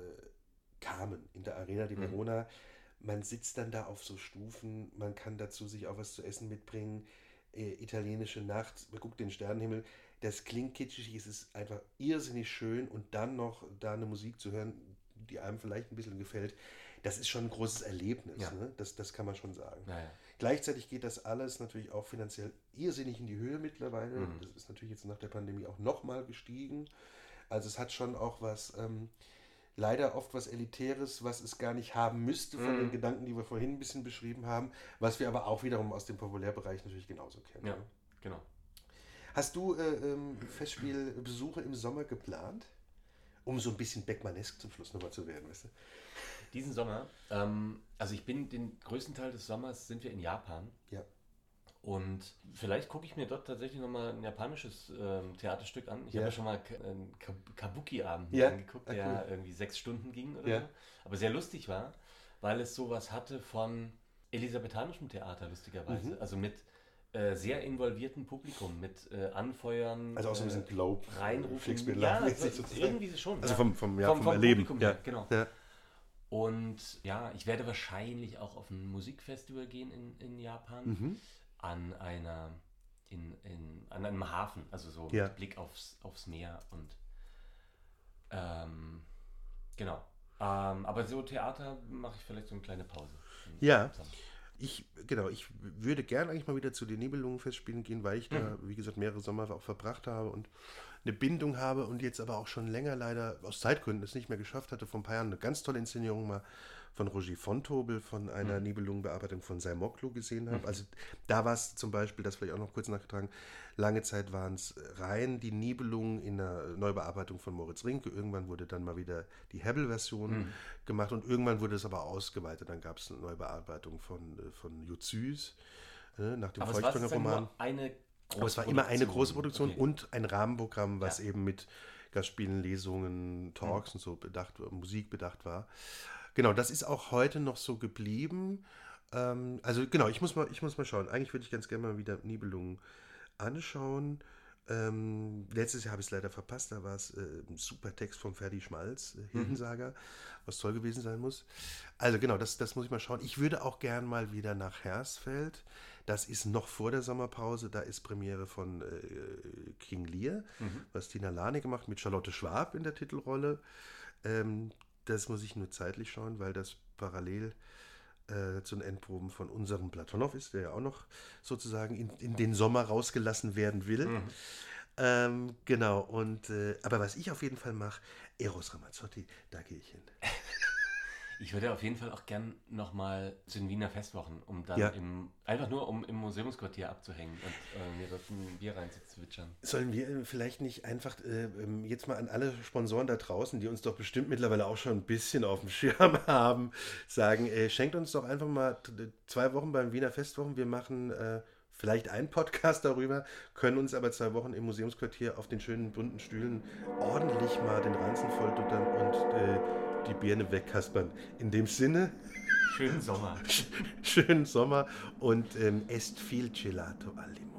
Carmen in der Arena di Verona. Mhm. Man sitzt dann da auf so Stufen, man kann dazu sich auch was zu essen mitbringen, äh, italienische Nacht, man guckt den Sternenhimmel, das klingt kitschig, es ist einfach irrsinnig schön und dann noch da eine Musik zu hören, die einem vielleicht ein bisschen gefällt, das ist schon ein großes Erlebnis, ja. ne? das, das kann man schon sagen. Ja, ja. Gleichzeitig geht das alles natürlich auch finanziell irrsinnig in die Höhe mittlerweile. Mhm. Das ist natürlich jetzt nach der Pandemie auch nochmal gestiegen. Also es hat schon auch was, ähm, leider oft was Elitäres, was es gar nicht haben müsste von mhm. den Gedanken, die wir vorhin ein bisschen beschrieben haben, was wir aber auch wiederum aus dem Populärbereich natürlich genauso kennen. Ja, ne? genau. Hast du äh, ähm, Festspielbesuche im Sommer geplant? Um so ein bisschen Beckmannesk zum Schluss nochmal zu werden, weißt du? Diesen Sommer, ähm, also ich bin den größten Teil des Sommers sind wir in Japan. Ja. Und vielleicht gucke ich mir dort tatsächlich nochmal ein japanisches ähm, Theaterstück an. Ich ja. habe ja schon mal einen Kabuki-Abend ja. angeguckt, der ah, cool. irgendwie sechs Stunden ging oder ja. so. Aber sehr lustig war, weil es sowas hatte von elisabethanischem Theater, lustigerweise. Mhm. Also mit äh, sehr involviertem Publikum, mit äh, Anfeuern. Also auch so ein bisschen Globe. Reinrufen. Ja, also irgendwie schon. Also ja. vom, vom, ja, vom, vom, vom Erleben. Publikum, ja. genau. Ja. Und ja, ich werde wahrscheinlich auch auf ein Musikfestival gehen in, in Japan, mhm. an einer, in, in, an einem Hafen, also so ja. mit Blick aufs, aufs Meer und ähm, genau. Ähm, aber so Theater mache ich vielleicht so eine kleine Pause. Ja, ich, genau, ich würde gerne eigentlich mal wieder zu den Nibelungenfestspielen gehen, weil ich da, mhm. wie gesagt, mehrere Sommer auch verbracht habe und eine Bindung habe und jetzt aber auch schon länger leider aus Zeitgründen es nicht mehr geschafft hatte. Vor ein paar Jahren eine ganz tolle Inszenierung mal von Roger Fontobel von einer mhm. Nibelungenbearbeitung von Saimoklo gesehen habe. Mhm. Also da war es zum Beispiel, das vielleicht auch noch kurz nachgetragen, lange Zeit waren es rein die Nibelungen in einer Neubearbeitung von Moritz Rinke. Irgendwann wurde dann mal wieder die Hebbel-Version mhm. gemacht und irgendwann wurde es aber ausgeweitet. Dann gab es eine Neubearbeitung von, von Jutzüs äh, nach dem Feuchtwanger-Roman. Eine Aber es war immer eine große Produktion okay. und ein Rahmenprogramm, was ja. eben mit Gastspielen, Lesungen, Talks mhm. und so bedacht, Musik bedacht war. Genau, das ist auch heute noch so geblieben. Ähm, also genau, ich muss mal, ich muss mal schauen. Eigentlich würde ich ganz gerne mal wieder Nibelungen anschauen. Ähm, letztes Jahr habe ich es leider verpasst, da war es äh, ein super Text von Ferdi Schmalz, äh, Hildensaga, mhm. was toll gewesen sein muss. Also genau, das, das muss ich mal schauen. Ich würde auch gern mal wieder nach Hersfeld. Das ist noch vor der Sommerpause, da ist Premiere von äh, King Lear, mhm. was Tina Lane gemacht mit Charlotte Schwab in der Titelrolle. Ähm, das muss ich nur zeitlich schauen, weil das parallel äh, zu den Endproben von unserem Platonow ist, der ja auch noch sozusagen in, in den Sommer rausgelassen werden will. Mhm. Ähm, genau, und äh, aber was ich auf jeden Fall mache, Eros Ramazzotti, da gehe ich hin. Ich würde auf jeden Fall auch gern nochmal zu den Wiener Festwochen, um dann Ja. im, einfach nur um im Museumsquartier abzuhängen und äh, mir dort ein Bier reinzuzwitschern. Sollen wir äh, vielleicht nicht einfach äh, ähm, jetzt mal an alle Sponsoren da draußen, die uns doch bestimmt mittlerweile auch schon ein bisschen auf dem Schirm haben, sagen, äh, schenkt uns doch einfach mal t- zwei Wochen beim Wiener Festwochen. Wir machen äh, vielleicht einen Podcast darüber, können uns aber zwei Wochen im Museumsquartier auf den schönen bunten Stühlen ordentlich mal den Ranzen vollduttern und äh, die Birne wegkaspern. In dem Sinne, Schönen Sommer. schönen Sommer und ähm, esst viel Gelato al Limone.